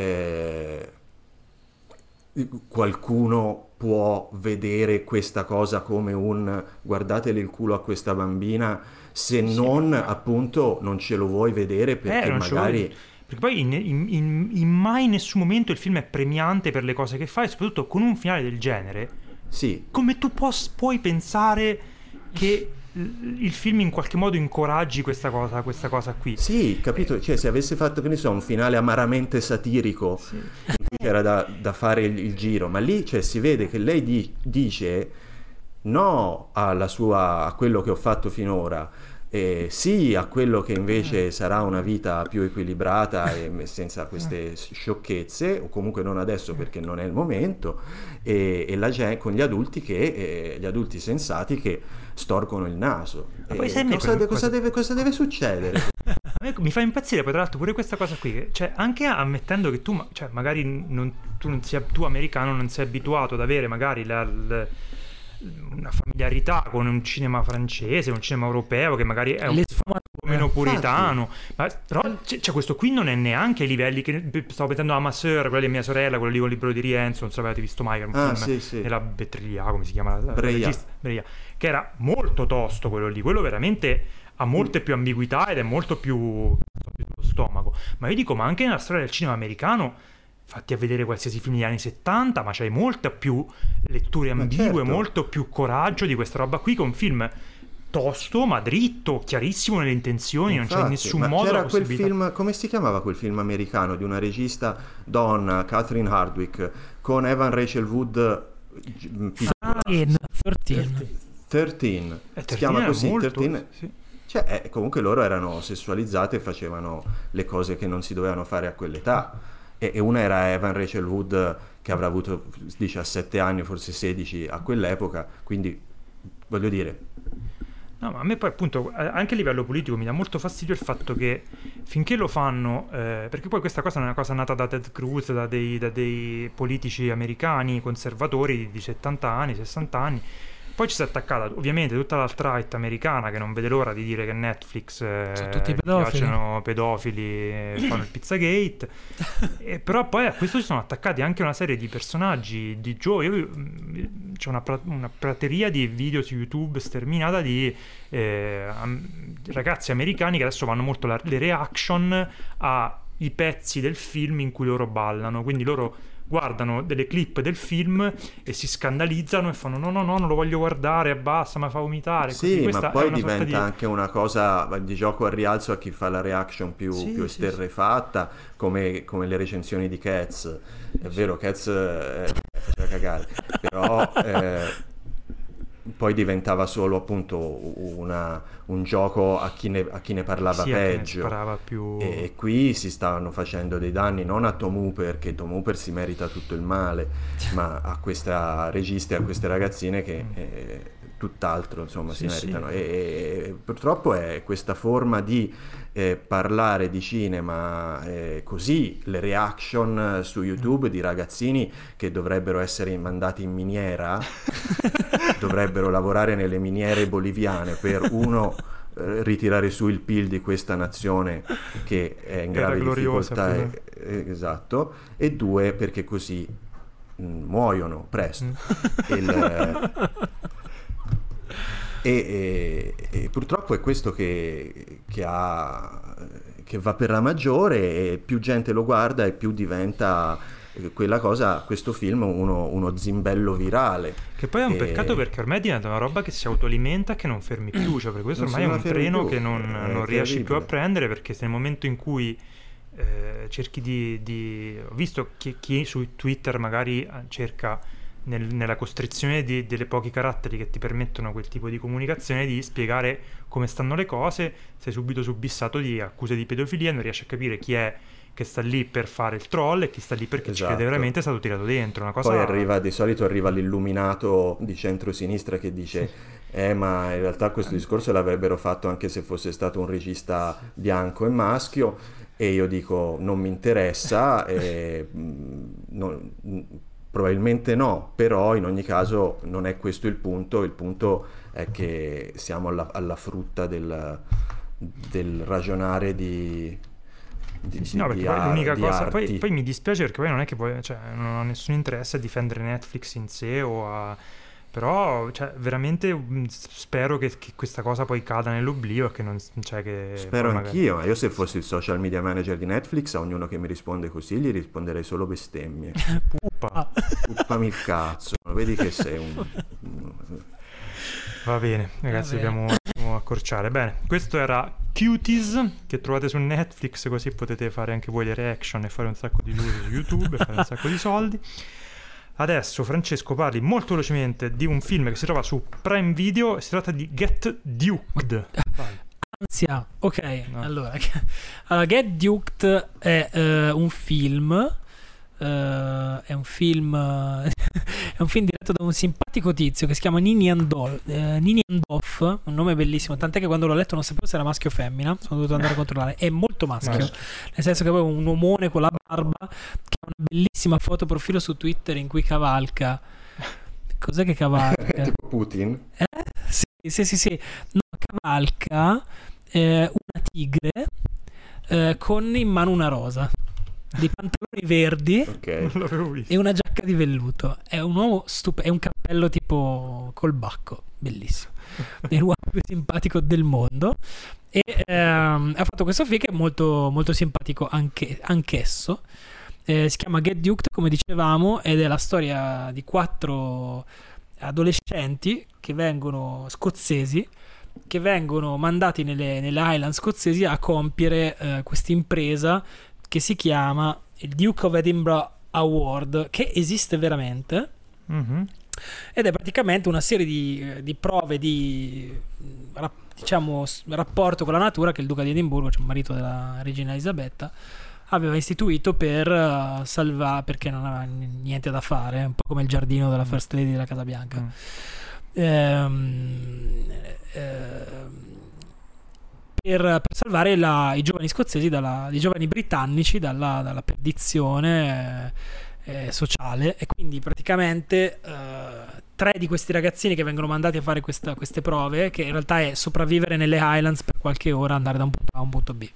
Speaker 3: qualcuno può vedere questa cosa come un guardatele il culo a questa bambina, se non appunto non ce lo vuoi vedere perché magari...
Speaker 2: Perché poi in mai in nessun momento il film è premiante per le cose che fa, e soprattutto con un finale del genere.
Speaker 3: Sì.
Speaker 2: Come tu puoi pensare che il film in qualche modo incoraggi questa cosa qui?
Speaker 3: Sì, capito? Cioè, se avesse fatto, che ne so, un finale amaramente satirico, sì, che era da fare il giro, ma lì, cioè, si vede che lei dice no a quello che ho fatto finora, sì a quello che invece sarà una vita più equilibrata e senza queste sciocchezze, o comunque non adesso perché non è il momento, e la gente con gli adulti gli adulti sensati che storcono il naso. Cosa deve succedere?
Speaker 2: A me mi fa impazzire poi tra l'altro pure questa cosa qui, cioè anche ammettendo che tu magari tu americano non sei abituato ad avere magari una familiarità con un cinema francese, un cinema europeo che magari è un po' meno puritano, ma però cioè, questo qui non è neanche ai livelli che stavo pensando a Ma Sœur, quella di mia sorella, quello lì con il libro di Rienzo, non so se avete visto mai, era un film della Betteria, come si chiama? Breia, che era molto tosto quello lì, quello veramente ha molte più ambiguità ed è molto più sullo stomaco, ma io dico, ma anche nella storia del cinema americano fatti a vedere qualsiasi film degli anni 70, ma c'hai molta più letture ambigue, certo, molto più coraggio di questa roba qui, con un film tosto ma dritto, chiarissimo nelle intenzioni. Infatti, non c'è in nessun modo
Speaker 3: c'era quel film, come si chiamava quel film americano di una regista donna, Catherine Hardwicke, con Evan Rachel Wood 13 si chiama così, molto, 13 sì. Cioè, comunque loro erano sessualizzate e facevano le cose che non si dovevano fare a quell'età. E una era Evan Rachel Wood, che avrà avuto 17 anni, forse 16 a quell'epoca, quindi voglio dire...
Speaker 2: No, ma a me poi appunto anche a livello politico mi dà molto fastidio il fatto che finché lo fanno, perché poi questa cosa è una cosa nata da Ted Cruz, da dei politici americani conservatori di 70 anni, 60 anni. Poi ci si è attaccata ovviamente tutta l'alt-right americana che non vede l'ora di dire che Netflix
Speaker 4: sono tutti pedofili,
Speaker 2: piacciono pedofili, fanno il Pizzagate. Però poi a questo ci sono attaccati anche una serie di personaggi di c'è una prateria di video su YouTube sterminata di ragazzi americani che adesso fanno molto le reaction ai pezzi del film in cui loro ballano, quindi loro guardano delle clip del film e si scandalizzano e fanno no, non lo voglio guardare, basta, mi fa vomitare.
Speaker 3: Sì,
Speaker 2: così.
Speaker 3: ma poi diventa anche una cosa di gioco al rialzo a chi fa la reaction più esterrefatta, come le recensioni di Cats. È vero, Cats faceva cagare, però poi diventava solo appunto un gioco a chi ne parlava peggio,
Speaker 2: più...
Speaker 3: e qui si stavano facendo dei danni non a Tom Hooper, che Tom Hooper si merita tutto il male, ma a questa regista e a queste ragazzine che tutt'altro, insomma, si meritano. E purtroppo è questa forma di parlare di cinema così, le reaction su YouTube di ragazzini che dovrebbero essere mandati in miniera, dovrebbero lavorare nelle miniere boliviane per ritirare su il PIL di questa nazione che è in grave difficoltà, esatto, e 2 perché così muoiono presto. E purtroppo è questo che va per la maggiore, e più gente lo guarda e più diventa questo film uno zimbello virale,
Speaker 2: che poi è un peccato, perché ormai diventa una roba che si autoalimenta e che non fermi più, cioè per questo ormai è un treno che non riesci più a prendere, perché nel momento in cui cerchi ho visto chi su Twitter magari cerca nella costrizione delle pochi caratteri che ti permettono quel tipo di comunicazione di spiegare come stanno le cose, sei subito subissato di accuse di pedofilia, non riesci a capire chi è che sta lì per fare il troll e chi sta lì perché ci crede veramente, è stato tirato dentro una cosa.
Speaker 3: Poi di solito arriva l'illuminato di centrosinistra che dice ma in realtà questo discorso l'avrebbero fatto anche se fosse stato un regista bianco e maschio, e io dico non mi interessa, probabilmente no, però in ogni caso non è questo il punto è che siamo alla frutta del ragionare
Speaker 2: l'unica cosa,
Speaker 3: arti.
Speaker 2: Poi mi dispiace perché poi non è che poi, non ho nessun interesse a difendere Netflix in sé però veramente spero che questa cosa poi cada nell'oblio e che non che
Speaker 3: spero anch'io, ma io se fossi il social media manager di Netflix, a ognuno che mi risponde così gli risponderei solo bestemmie. Puppami il cazzo, vedi che sei
Speaker 2: Va bene ragazzi, dobbiamo accorciare. Bene, questo era Cuties, che trovate su Netflix, così potete fare anche voi le reaction e fare un sacco di views su YouTube e fare un sacco di soldi. Adesso Francesco parli molto velocemente di un film che si trova su Prime Video, si tratta di Get Duked.
Speaker 4: Ansia, ok, no. Allora Get Duked è un film diretto da un simpatico tizio che si chiama Ninian Doff, un nome bellissimo, tant'è che quando l'ho letto non sapevo se era maschio o femmina, sono dovuto andare a controllare. È molto maschio, nel senso che poi è un uomone con la barba che ha una bellissima foto profilo su Twitter in cui cavalca. Cos'è che cavalca?
Speaker 3: Tipo Putin?
Speaker 4: Sì. No, cavalca una tigre con in mano una rosa, dei pantaloni verdi, e una giacca di velluto. È un uomo è un cappello tipo col bacco, bellissimo. È l'uomo più simpatico del mondo, e ha fatto questo film che è molto, molto simpatico anch'esso. Si chiama Get Duked, come dicevamo, ed è la storia di 4 adolescenti scozzesi che vengono mandati nelle Highland scozzesi a compiere questa impresa che si chiama il Duke of Edinburgh Award, che esiste veramente, ed è praticamente una serie di prove di rapporto con la natura che il Duca di Edimburgo, cioè il marito della regina Elisabetta, aveva istituito per salvare, perché non aveva niente da fare, un po' come il giardino della First Lady della Casa Bianca. per salvare i giovani scozzesi, i giovani britannici dalla perdizione sociale. E quindi praticamente 3 di questi ragazzini che vengono mandati a fare queste prove, che in realtà è sopravvivere nelle Highlands per qualche ora, andare da un punto A a un punto B,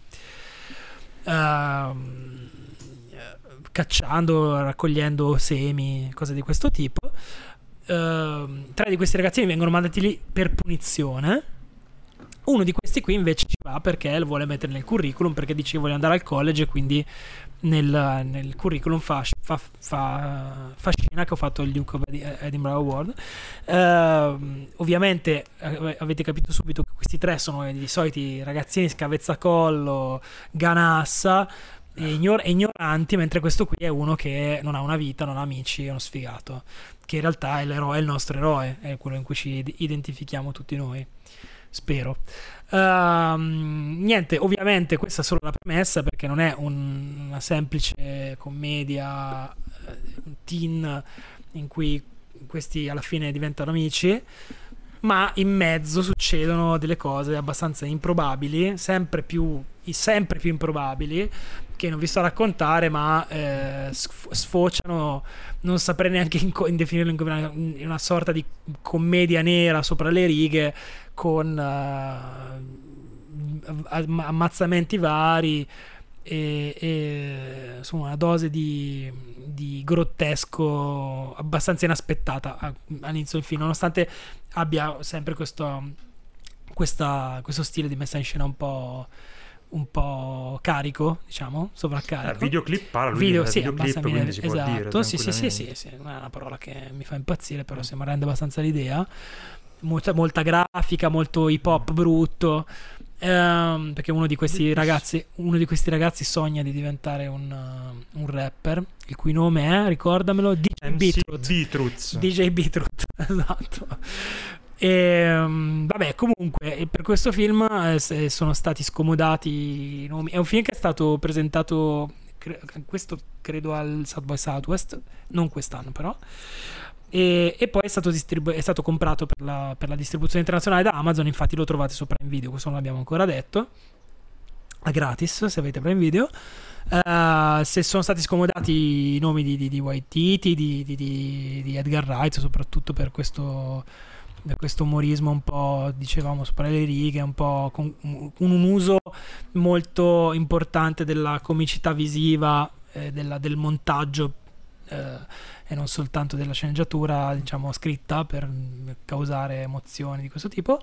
Speaker 4: cacciando, raccogliendo semi, cose di questo tipo. 3 di questi ragazzini vengono mandati lì per punizione. Uno di questi qui invece ci va perché lo vuole mettere nel curriculum, perché dice voglio andare al college, e quindi nel curriculum fa scena che ho fatto il Duke of Edinburgh Award. Ovviamente avete capito subito che questi 3 sono i soliti ragazzini scavezzacollo, ganassa e ignoranti, mentre questo qui è uno che non ha una vita, non ha amici, è uno sfigato, che in realtà è l'eroe, è il nostro eroe, è quello in cui ci identifichiamo tutti noi, spero. Niente, ovviamente questa è solo la premessa, perché non è una semplice commedia teen in cui questi alla fine diventano amici, ma in mezzo succedono delle cose abbastanza improbabili, sempre più improbabili, che non vi sto a raccontare, ma sfociano, non saprei neanche in definirlo, in una sorta di commedia nera sopra le righe, con ammazzamenti vari e insomma una dose di grottesco abbastanza inaspettata all'inizio del film, nonostante abbia sempre questo stile di messa in scena un po' carico, diciamo, sovraccarico.
Speaker 2: Videoclip parla lui videoclip, quindi si può dire.
Speaker 4: Esatto, sì, non è una parola che mi fa impazzire, però mi rende abbastanza l'idea. Molta grafica, molto hip hop brutto, perché uno di questi ragazzi sogna di diventare un rapper, il cui nome è, ricordamelo, DJ Beatroot. Esatto. Vabbè, comunque per questo film sono stati scomodati i nomi. È un film che è stato presentato questo credo al South by Southwest, non quest'anno però, e poi è stato comprato per la distribuzione internazionale da Amazon. Infatti lo trovate su Prime Video, questo non l'abbiamo ancora detto, è gratis se avete Prime Video. Se sono stati scomodati i nomi di Waititi, di Edgar Wright, soprattutto per questo umorismo un po', dicevamo, sopra le righe, un po' con un uso molto importante della comicità visiva, del montaggio, e non soltanto della sceneggiatura, diciamo, scritta per causare emozioni di questo tipo.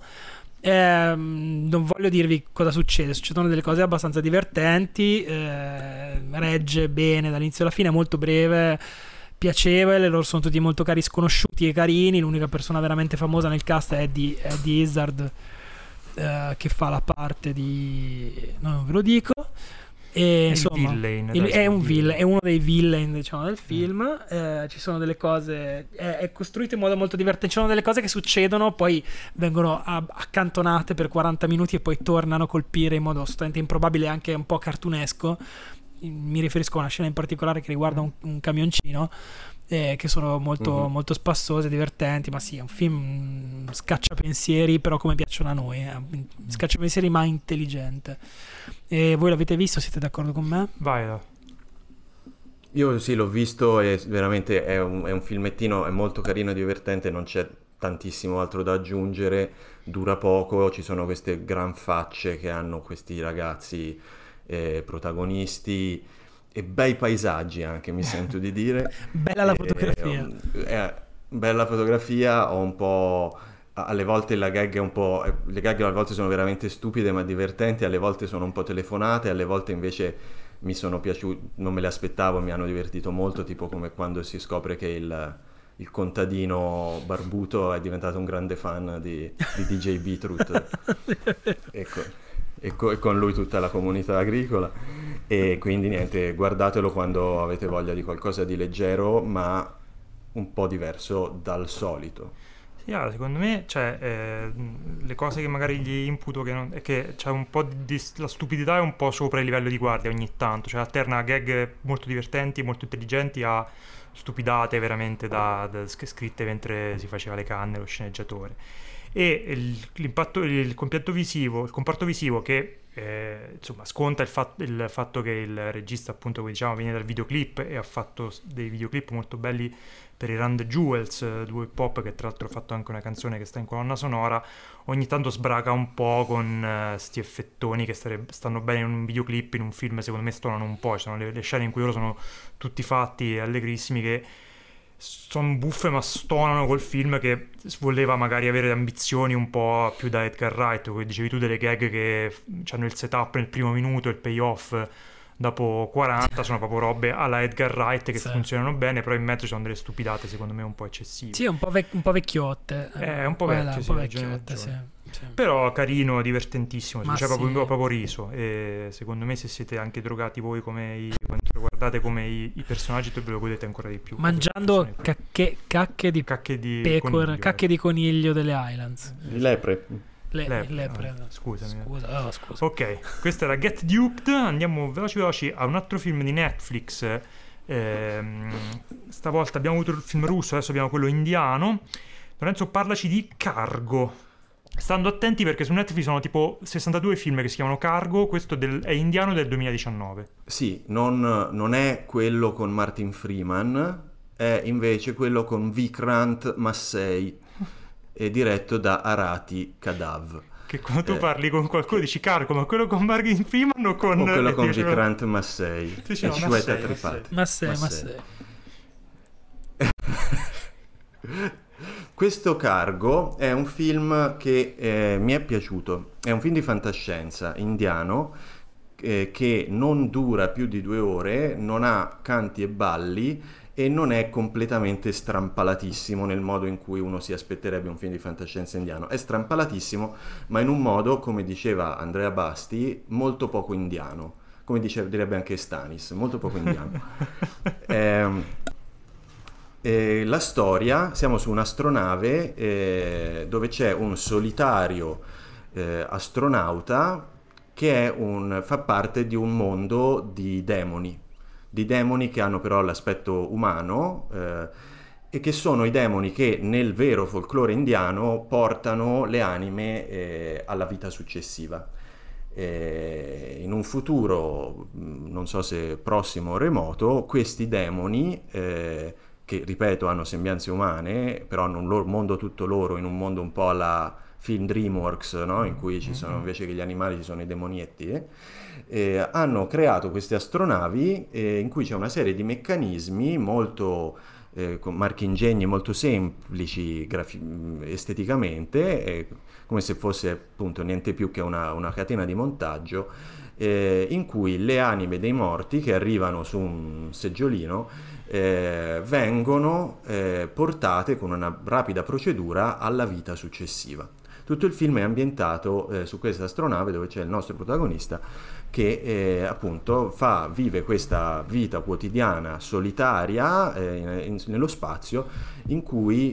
Speaker 4: Non voglio dirvi cosa succedono delle cose abbastanza divertenti, regge bene dall'inizio alla fine, è molto breve, piacevole, loro sono tutti molto cari, sconosciuti e carini. L'unica persona veramente famosa nel cast è Eddie Izzard, che fa la parte di... non ve lo dico. E, insomma, è uno dei villain, diciamo, del film. Ci sono delle cose, è costruito in modo molto divertente. Ci sono delle cose che succedono, poi vengono accantonate per 40 minuti e poi tornano a colpire in modo assolutamente improbabile, anche un po' cartunesco. Mi riferisco a una scena in particolare che riguarda un camioncino, che sono molto, molto spassose, divertenti. Ma sì, è un film scacciapensieri, però come piacciono a noi, scacciapensieri ma intelligente. E voi l'avete visto? Siete d'accordo con me?
Speaker 2: Vai.
Speaker 3: Io sì, l'ho visto e veramente è un filmettino, è molto carino e divertente, non c'è tantissimo altro da aggiungere, dura poco, ci sono queste gran facce che hanno questi ragazzi protagonisti, e bei paesaggi anche, mi sento di dire.
Speaker 4: Bella la fotografia.
Speaker 3: Bella fotografia, ho un po'... alle volte la gag è un po'... le gag alle volte sono veramente stupide ma divertenti, alle volte sono un po' telefonate, alle volte invece mi sono piaciute, non me le aspettavo, mi hanno divertito molto, tipo come quando si scopre che il contadino barbuto è diventato un grande fan di DJ Beatroot. E con lui tutta la comunità agricola, e quindi niente, guardatelo quando avete voglia di qualcosa di leggero ma un po' diverso dal solito.
Speaker 2: Sì, allora, secondo me, cioè, le cose che magari gli imputo è che c'è un po' la stupidità è un po' sopra il livello di guardia ogni tanto, cioè alterna gag molto divertenti, molto intelligenti a stupidate veramente scritte mentre si faceva le canne lo sceneggiatore. e il comparto visivo che insomma sconta il fatto che il regista, appunto, come diciamo, viene dal videoclip e ha fatto dei videoclip molto belli per i Run the Jewels, duo hip hop, che tra l'altro ha fatto anche una canzone che sta in colonna sonora. Ogni tanto sbraca un po' con sti effettoni che stanno bene in un videoclip. In un film secondo me stonano un po', ci sono le scene in cui loro sono tutti fatti allegrissimi, che sono buffe ma stonano col film, che voleva magari avere ambizioni un po' più da Edgar Wright, come dicevi tu, delle gag che hanno il setup nel primo minuto e il payoff dopo 40, sono proprio robe alla Edgar Wright che funzionano bene, però in mezzo ci sono delle stupidate secondo me un po' eccessive.
Speaker 4: Sì, un po' vecchiotte.
Speaker 2: Un po' vecchio, sì,
Speaker 4: vecchiotte, sì.
Speaker 2: Però carino, divertentissimo, c'è
Speaker 4: sì.
Speaker 2: proprio riso, e secondo me se siete anche drogati voi quando lo guardate come i personaggi, ve lo godete ancora di più.
Speaker 4: Mangiando cacche di pecora,
Speaker 2: coniglio,
Speaker 4: cacche di coniglio delle Highlands.
Speaker 3: Lepre.
Speaker 4: Lepre.
Speaker 2: Scusami.
Speaker 4: Scusa.
Speaker 2: Ok, questo era Get Duped. Andiamo veloci a un altro film di Netflix. Stavolta abbiamo avuto il film russo, adesso abbiamo quello indiano. Lorenzo, parlaci di Cargo. Stando attenti perché su Netflix sono tipo 62 film che si chiamano Cargo. Questo è indiano, del 2019.
Speaker 3: Sì, non è quello con Martin Freeman, è invece quello con Vikrant Massey, è diretto da Arati Kadav.
Speaker 2: Che quando tu parli con qualcuno dici Cargo, ma quello con Martin Freeman o con...
Speaker 3: O quello con Vikrant Massey e Shweta Tripathi.
Speaker 4: Massey.
Speaker 3: Questo Cargo è un film che mi è piaciuto, è un film di fantascienza indiano che non dura più di 2 ore, non ha canti e balli e non è completamente strampalatissimo nel modo in cui uno si aspetterebbe un film di fantascienza indiano. È strampalatissimo, ma in un modo, come diceva Andrea Basti, molto poco indiano, come direbbe anche Stanis, molto poco indiano. La storia, siamo su un'astronave dove c'è un solitario astronauta che fa parte di un mondo di demoni che hanno però l'aspetto umano e che sono i demoni che nel vero folklore indiano portano le anime alla vita successiva. In un futuro, non so se prossimo o remoto, questi demoni che ripeto hanno sembianze umane, però hanno un mondo tutto loro, in un mondo un po' alla film DreamWorks, no? In cui ci sono, invece che gli animali ci sono i demonietti, hanno creato queste astronavi in cui c'è una serie di meccanismi molto con marchingegni molto semplici esteticamente, come se fosse appunto niente più che una catena di montaggio, in cui le anime dei morti che arrivano su un seggiolino vengono portate con una rapida procedura alla vita successiva. Tutto il film è ambientato su questa astronave dove c'è il nostro protagonista che appunto vive questa vita quotidiana solitaria nello spazio, in cui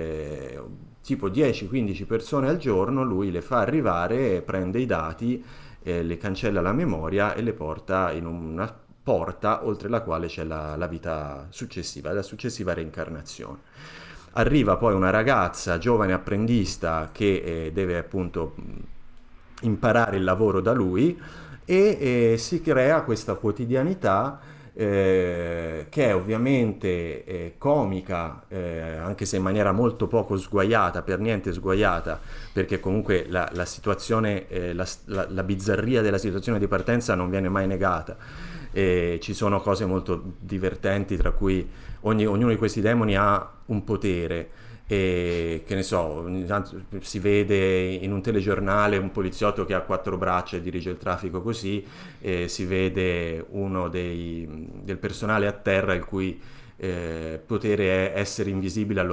Speaker 3: tipo 10-15 persone al giorno lui le fa arrivare, prende i dati, le cancella la memoria e le porta in una porta oltre la quale c'è la vita successiva, la successiva reincarnazione. Arriva poi una ragazza giovane apprendista che deve appunto imparare il lavoro da lui e si crea questa quotidianità che è ovviamente comica, anche se in maniera molto poco sguaiata, per niente sguaiata, perché comunque la situazione, la bizzarria della situazione di partenza non viene mai negata. Ci sono cose molto divertenti, tra cui ognuno di questi demoni ha un potere e che ne so, si vede in un telegiornale un poliziotto che ha 4 braccia e dirige il traffico così, si vede uno del personale a terra il cui potere è essere invisibile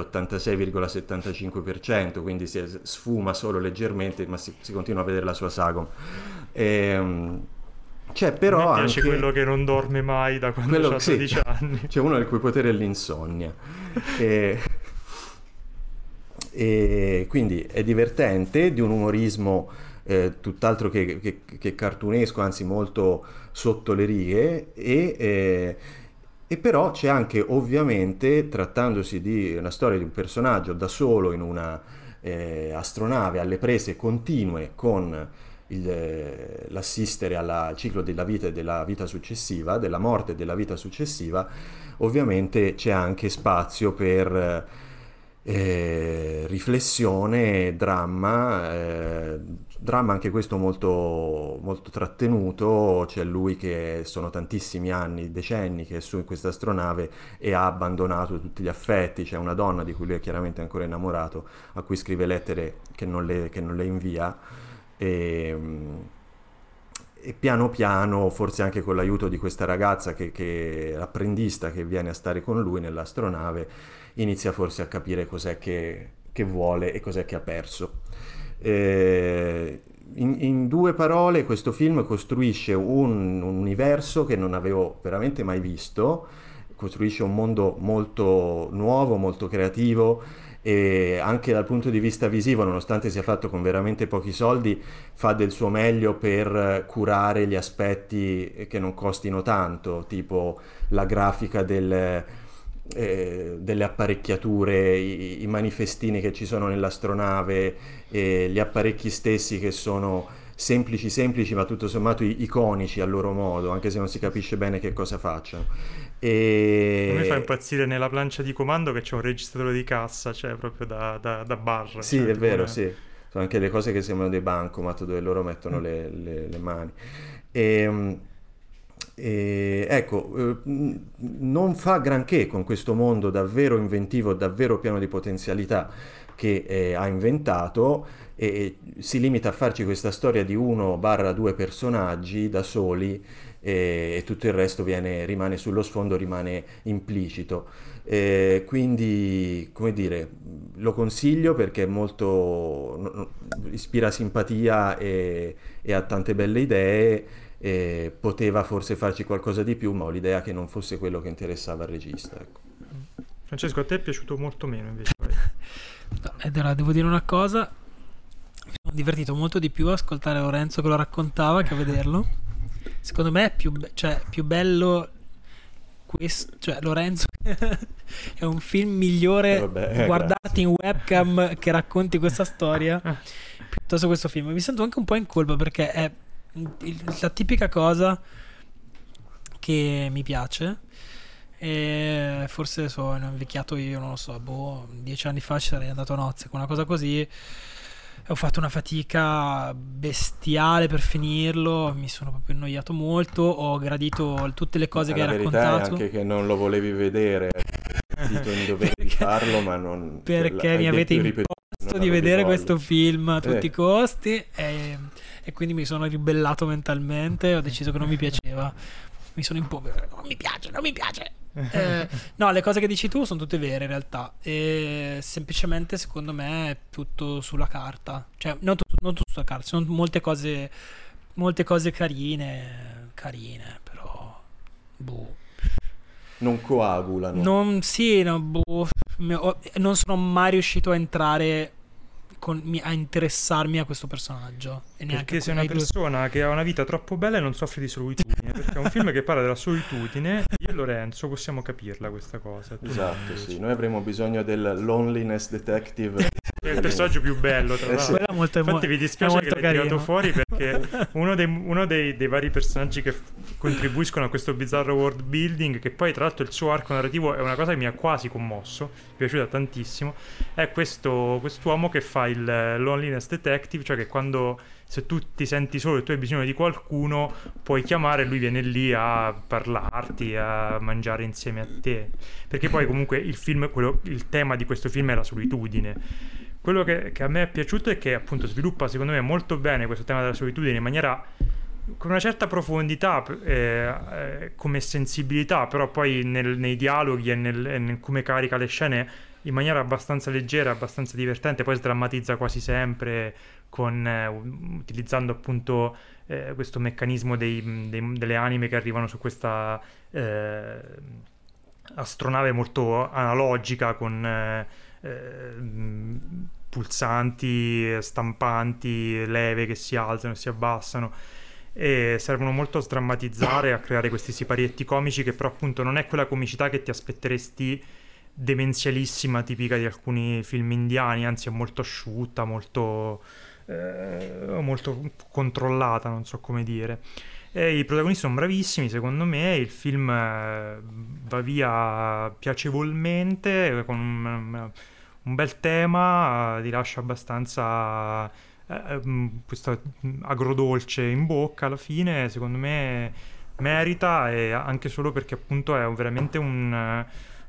Speaker 3: all'86,75%, quindi si sfuma solo leggermente, ma si continua a vedere la sua sagom. C'è però
Speaker 2: mi piace
Speaker 3: anche
Speaker 2: quello che non dorme mai da quando ha 12 anni.
Speaker 3: C'è uno il cui potere è l'insonnia. E quindi è divertente, di un umorismo tutt'altro che cartunesco, anzi molto sotto le righe, e però c'è anche, ovviamente, trattandosi di una storia di un personaggio da solo in una astronave alle prese continue con l'assistere al ciclo della vita e della vita successiva, della morte e della vita successiva, ovviamente c'è anche spazio per riflessione, dramma anche questo molto, molto trattenuto. C'è lui che sono tantissimi anni, decenni che è su questa astronave e ha abbandonato tutti gli affetti. C'è una donna di cui lui è chiaramente ancora innamorato, a cui scrive lettere che non le invia, e piano piano, forse anche con l'aiuto di questa ragazza che apprendista che viene a stare con lui nell'astronave, inizia forse a capire cos'è che vuole e cos'è che ha perso. In due parole, questo film costruisce un universo che non avevo veramente mai visto, costruisce un mondo molto nuovo, molto creativo, e anche dal punto di vista visivo, nonostante sia fatto con veramente pochi soldi, fa del suo meglio per curare gli aspetti che non costino tanto, tipo la grafica delle apparecchiature, i manifestini che ci sono nell'astronave, gli apparecchi stessi che sono semplici ma tutto sommato iconici a loro modo, anche se non si capisce bene che cosa facciano.
Speaker 2: A me fa impazzire nella plancia di comando che c'è un registratore di cassa, cioè proprio da bar.
Speaker 3: Sì, è vero, sì. Sono anche le cose che sembrano dei bancomat dove loro mettono le mani. Ecco, non fa granché con questo mondo davvero inventivo, davvero pieno di potenzialità che ha inventato, e si limita a farci questa storia di 1/2 personaggi da soli, e tutto il resto rimane sullo sfondo, rimane implicito. Quindi, come dire, lo consiglio perché è molto, ispira simpatia e ha tante belle idee. Poteva forse farci qualcosa di più, ma ho l'idea che non fosse quello che interessava al regista, ecco.
Speaker 2: Francesco, a te è piaciuto molto meno invece?
Speaker 4: No, ed ora devo dire una cosa: mi sono divertito molto di più a ascoltare Lorenzo che lo raccontava che a vederlo. Secondo me è più bello questo, cioè Lorenzo è un film migliore guardarti in webcam che racconti questa storia piuttosto questo film. Mi sento anche un po' in colpa perché è la tipica cosa che mi piace, e forse sono invecchiato io, non lo so, 10 anni fa ci sarei andato a nozze con una cosa così. Ho fatto una fatica bestiale per finirlo, mi sono proprio annoiato molto, ho gradito tutte le cose che hai raccontato.
Speaker 3: La verità è anche che non lo volevi vedere, dito in dovere di farlo, ma non...
Speaker 4: Perché mi avete imposto di vedere questo film a tutti i costi, e quindi mi sono ribellato mentalmente, ho deciso che non mi piaceva, mi sono non mi piace. No, le cose che dici tu sono tutte vere in realtà, e semplicemente secondo me è tutto sulla carta, cioè non tutto sulla carta, sono molte cose carine, però
Speaker 3: non coagulano.
Speaker 4: Non sono mai riuscito a entrare a interessarmi a questo personaggio, e
Speaker 2: perché sei una persona che ha una vita troppo bella e non soffre di solitudine, perché è un film che parla della solitudine. Io e Lorenzo possiamo capirla questa cosa.
Speaker 3: Esatto, sì, noi avremo bisogno del loneliness detective.
Speaker 2: È il personaggio più bello, tra l'altro. Infatti vi dispiace che l'hai tirato fuori, perché uno dei vari personaggi che contribuiscono a questo bizzarro world building, che poi tra l'altro il suo arco narrativo è una cosa che mi ha quasi commosso, mi è piaciuta tantissimo, è quest'uomo che fa il loneliness detective, cioè che se tu ti senti solo e tu hai bisogno di qualcuno puoi chiamare, lui viene lì a parlarti, a mangiare insieme a te, perché poi comunque il tema di questo film è la solitudine. Quello che a me è piaciuto è che appunto sviluppa secondo me molto bene questo tema della solitudine in maniera, con una certa profondità, come sensibilità, però poi nei dialoghi e nel come carica le scene in maniera abbastanza leggera, abbastanza divertente. Poi sdrammatizza quasi sempre utilizzando appunto questo meccanismo delle anime che arrivano su questa astronave molto analogica, con pulsanti, stampanti, leve che si alzano e si abbassano, e servono molto a sdrammatizzare, a creare questi siparietti comici che però appunto non è quella comicità che ti aspetteresti demenzialissima tipica di alcuni film indiani, anzi è molto asciutta, molto controllata, non so come dire. E i protagonisti sono bravissimi, secondo me. Il film va via piacevolmente, con un bel tema, ti lascia abbastanza questo agrodolce in bocca alla fine. Secondo me merita, e anche solo perché appunto è veramente una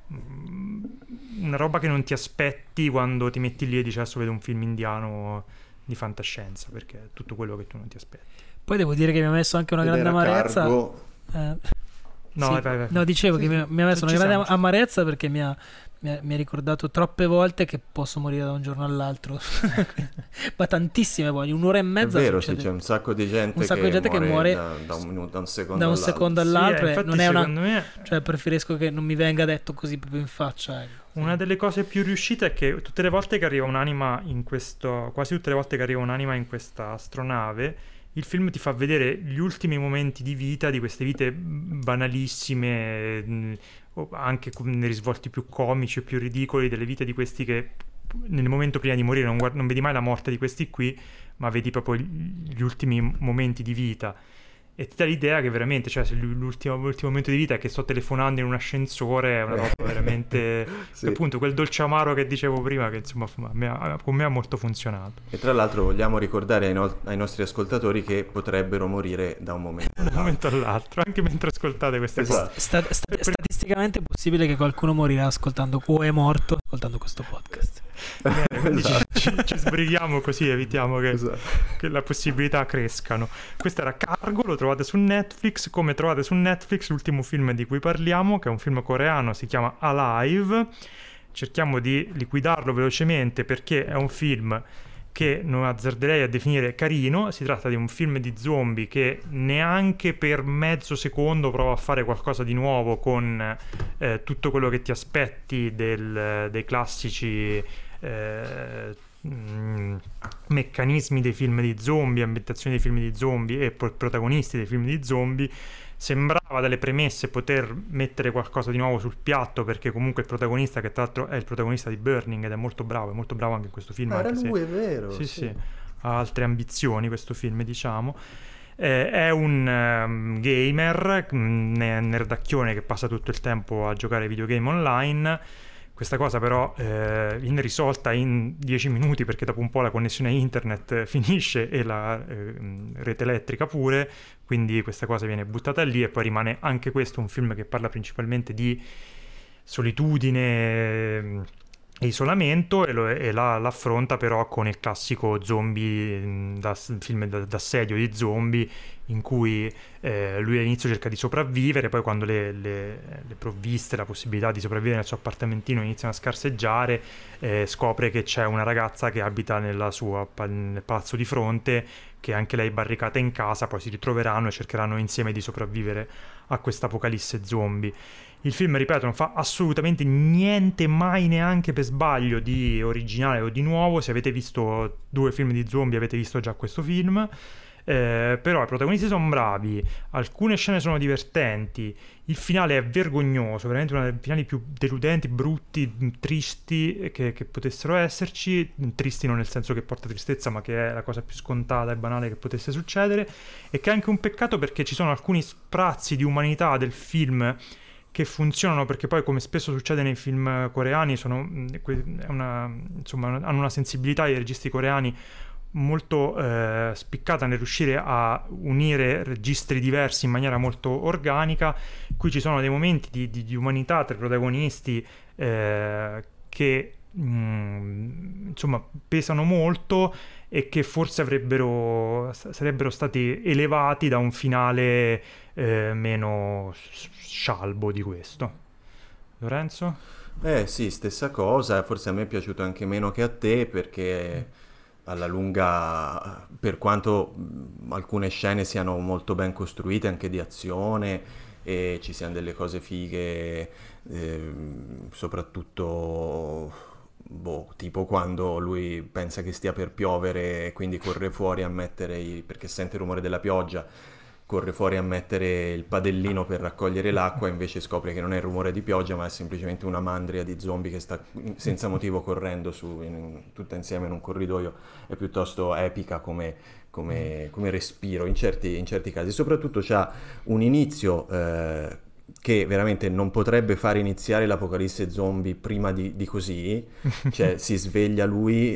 Speaker 2: roba che non ti aspetti quando ti metti lì e dici adesso vedo un film indiano di fantascienza, perché è tutto quello che tu non ti aspetti.
Speaker 4: Poi devo dire che mi ha messo anche una grande amarezza.
Speaker 2: No,
Speaker 4: sì.
Speaker 2: vai.
Speaker 4: No, dicevo che mi ha messo una grande amarezza perché mi ha ricordato troppe volte che posso morire da un giorno all'altro. Ma tantissime volte, un'ora e mezza.
Speaker 3: È vero,
Speaker 4: succede.
Speaker 3: Sì, c'è un sacco di gente,
Speaker 4: che muore
Speaker 3: da un minuto, da un
Speaker 4: secondo all'altro.
Speaker 2: Sì,
Speaker 4: non è una...
Speaker 2: me...
Speaker 4: Cioè, preferisco che non mi venga detto così proprio in faccia.
Speaker 2: Una delle cose più riuscite è che tutte le volte che arriva un'anima in questo, quasi tutte le volte che arriva un'anima in questa astronave, il film ti fa vedere gli ultimi momenti di vita di queste vite banalissime, anche nei risvolti più comici e più ridicoli, delle vite di questi che nel momento prima di morire non vedi mai la morte di questi qui, ma vedi proprio gli ultimi momenti di vita. E ti dà l'idea che veramente, cioè, se l'ultimo momento di vita è che sto telefonando in un ascensore, è una roba veramente...
Speaker 3: Sì.
Speaker 2: Appunto, quel dolce amaro che dicevo prima, che insomma con me ha molto funzionato.
Speaker 3: E tra l'altro vogliamo ricordare ai nostri ascoltatori che potrebbero morire da un momento all'altro.
Speaker 2: Da un momento all'altro, anche mentre ascoltate queste cose.
Speaker 4: Statisticamente è possibile che qualcuno morirà ascoltando, o è morto ascoltando questo podcast.
Speaker 2: Quindi ci sbrighiamo, così evitiamo che la possibilità crescano. Questo era Cargo, lo trovate su Netflix, come trovate su Netflix l'ultimo film di cui parliamo, che è un film coreano, si chiama Alive. Cerchiamo di liquidarlo velocemente perché è un film che non azzarderei a definire carino. Si tratta di un film di zombie che neanche per mezzo secondo prova a fare qualcosa di nuovo con tutto quello che ti aspetti dei classici meccanismi dei film di zombie, ambientazioni dei film di zombie e protagonisti dei film di zombie. Sembrava dalle premesse poter mettere qualcosa di nuovo sul piatto, perché comunque il protagonista, che tra l'altro è il protagonista di Burning ed è molto bravo anche in questo film.
Speaker 3: Era
Speaker 2: anche
Speaker 3: lui,
Speaker 2: se,
Speaker 3: è vero.
Speaker 2: sì, ha altre ambizioni questo film, diciamo. È un gamer, nerdacchione, che passa tutto il tempo a giocare videogame online. Questa cosa però viene risolta in 10 minuti, perché dopo un po' la connessione a internet finisce e la rete elettrica pure, quindi questa cosa viene buttata lì, e poi rimane anche questo un film che parla principalmente di solitudine e isolamento, e l'affronta però con il classico zombie, film d'assedio di zombie, in cui lui all'inizio cerca di sopravvivere, poi quando le provviste, la possibilità di sopravvivere nel suo appartamentino iniziano a scarseggiare, scopre che c'è una ragazza che abita nel palazzo di fronte, che anche lei barricata in casa, poi si ritroveranno e cercheranno insieme di sopravvivere a questa apocalisse zombie. Il film, ripeto, non fa assolutamente niente, mai neanche per sbaglio, di originale o di nuovo. Se avete visto 2 film di zombie avete visto già questo film. Però i protagonisti sono bravi, alcune scene sono divertenti, il finale è vergognoso, veramente uno dei finali più deludenti, brutti, tristi che potessero esserci. Tristi non nel senso che porta tristezza, ma che è la cosa più scontata e banale che potesse succedere, e che è anche un peccato perché ci sono alcuni sprazzi di umanità del film che funzionano, perché poi, come spesso succede nei film coreani, hanno una sensibilità, i registi coreani, molto spiccata nel riuscire a unire registri diversi in maniera molto organica. Qui ci sono dei momenti di umanità tra i protagonisti che insomma pesano molto, e che forse sarebbero stati elevati da un finale meno scialbo di questo. Lorenzo?
Speaker 3: Sì, stessa cosa. Forse a me è piaciuto anche meno che a te, perché alla lunga, per quanto alcune scene siano molto ben costruite, anche di azione, e ci siano delle cose fighe, soprattutto tipo quando lui pensa che stia per piovere e quindi corre fuori a mettere perché sente il rumore della pioggia, corre fuori a mettere il padellino per raccogliere l'acqua, invece scopre che non è il rumore di pioggia, ma è semplicemente una mandria di zombie che sta senza motivo correndo tutta insieme in un corridoio. È piuttosto epica come respiro in certi casi. Soprattutto c'ha un inizio che veramente non potrebbe fare iniziare l'apocalisse zombie prima di così. Cioè si sveglia lui,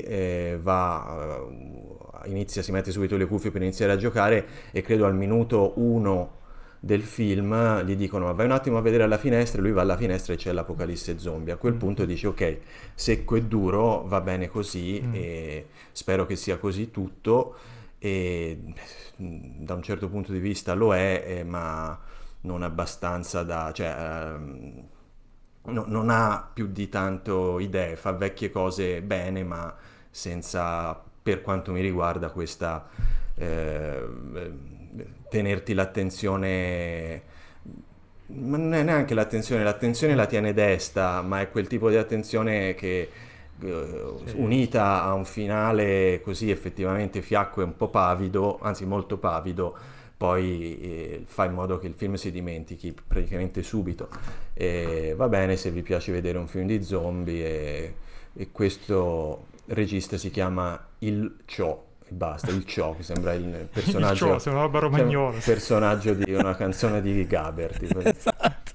Speaker 3: si mette subito le cuffie per iniziare a giocare, e credo al minuto 1 del film gli dicono: ma vai un attimo a vedere alla finestra, e lui va alla finestra e c'è l'apocalisse zombie. A quel punto dice: ok, secco e duro, va bene così, e spero che sia così tutto, e da un certo punto di vista lo è, ma non abbastanza non ha più di tanto idee, fa vecchie cose bene, ma senza, per quanto mi riguarda, questa tenerti l'attenzione, ma non è neanche l'attenzione la tiene desta, ma è quel tipo di attenzione che unita a un finale così effettivamente fiacco e un po' pavido, anzi molto pavido, poi fa in modo che il film si dimentichi praticamente subito. Va bene se vi piace vedere un film di zombie, e questo regista si chiama Il Cho, e basta, Il Cho, che sembra il personaggio,
Speaker 2: il Cho, una roba romagnola,
Speaker 3: personaggio di una canzone di Gaber, tipo.
Speaker 4: Esatto.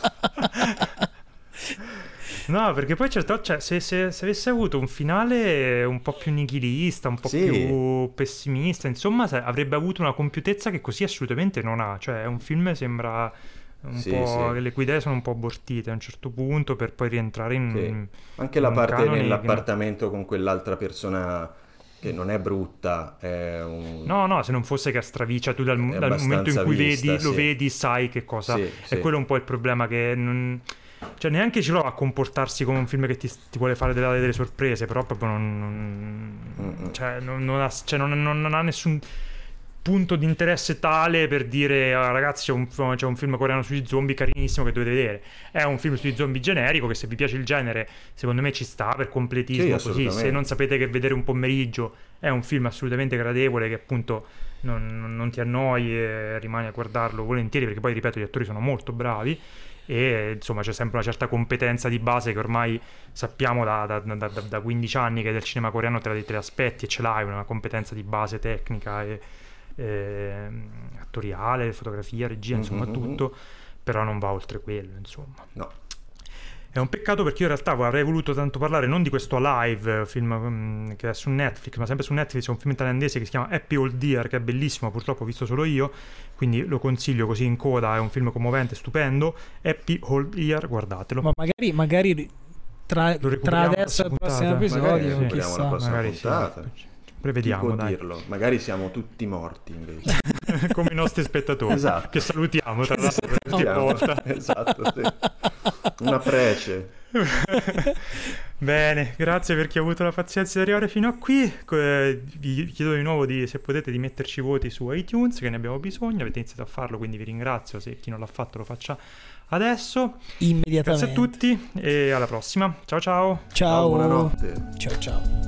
Speaker 2: No, perché poi se avesse avuto un finale un po' più nichilista, un po' più pessimista, insomma, avrebbe avuto una compiutezza che così assolutamente non ha. Cioè, è un film, sembra le cui idee sono un po' abortite a un certo punto, per poi rientrare in
Speaker 3: anche la parte nell'appartamento con quell'altra persona che non è brutta, è
Speaker 2: no, se non fosse che stravicia tu dal momento in cui lo vedi, sai che cosa è. Quello un po' il problema, che cioè neanche ci prova a comportarsi come un film che ti vuole fare delle sorprese, però proprio non ha nessun punto di interesse tale per dire: ragazzi, c'è un film coreano sugli zombie carinissimo che dovete vedere. È un film sugli zombie generico, che se vi piace il genere secondo me ci sta per completismo, così. Se non sapete che vedere un pomeriggio, è un film assolutamente gradevole, che appunto non ti annoi e rimani a guardarlo volentieri, perché poi, ripeto, gli attori sono molto bravi, e insomma c'è sempre una certa competenza di base che ormai sappiamo da 15 anni che del cinema coreano te la aspetti, e ce l'hai una competenza di base tecnica e attoriale, fotografia, regia, insomma tutto, però non va oltre quello, insomma.
Speaker 3: No.
Speaker 2: È un peccato, perché io in realtà avrei voluto tanto parlare non di questo Alive, film che è su Netflix, ma sempre su Netflix, è un film thailandese che si chiama Happy Old Year, che è bellissimo, purtroppo ho visto solo io, quindi lo consiglio così in coda, è un film commovente, stupendo. Happy Old Year, guardatelo.
Speaker 4: Ma magari tra adesso e il prossimo episodio, chissà.
Speaker 3: Magari puntata.
Speaker 2: Prevediamo,
Speaker 3: chi può dirlo? Magari siamo tutti morti invece.
Speaker 2: Come i nostri spettatori,
Speaker 3: esatto,
Speaker 2: che salutiamo tra l'altro per l'ultima volta.
Speaker 3: Esatto, sì. Una prece.
Speaker 2: Bene, grazie per chi ha avuto la pazienza di arrivare fino a qui. Vi chiedo di nuovo se potete di metterci voti su iTunes, che ne abbiamo bisogno. Avete iniziato a farlo, quindi vi ringrazio. Se chi non l'ha fatto lo faccia adesso.
Speaker 4: Immediatamente.
Speaker 2: Grazie a tutti e alla prossima. Ciao ciao.
Speaker 3: Ciao, buonanotte.
Speaker 4: Ciao.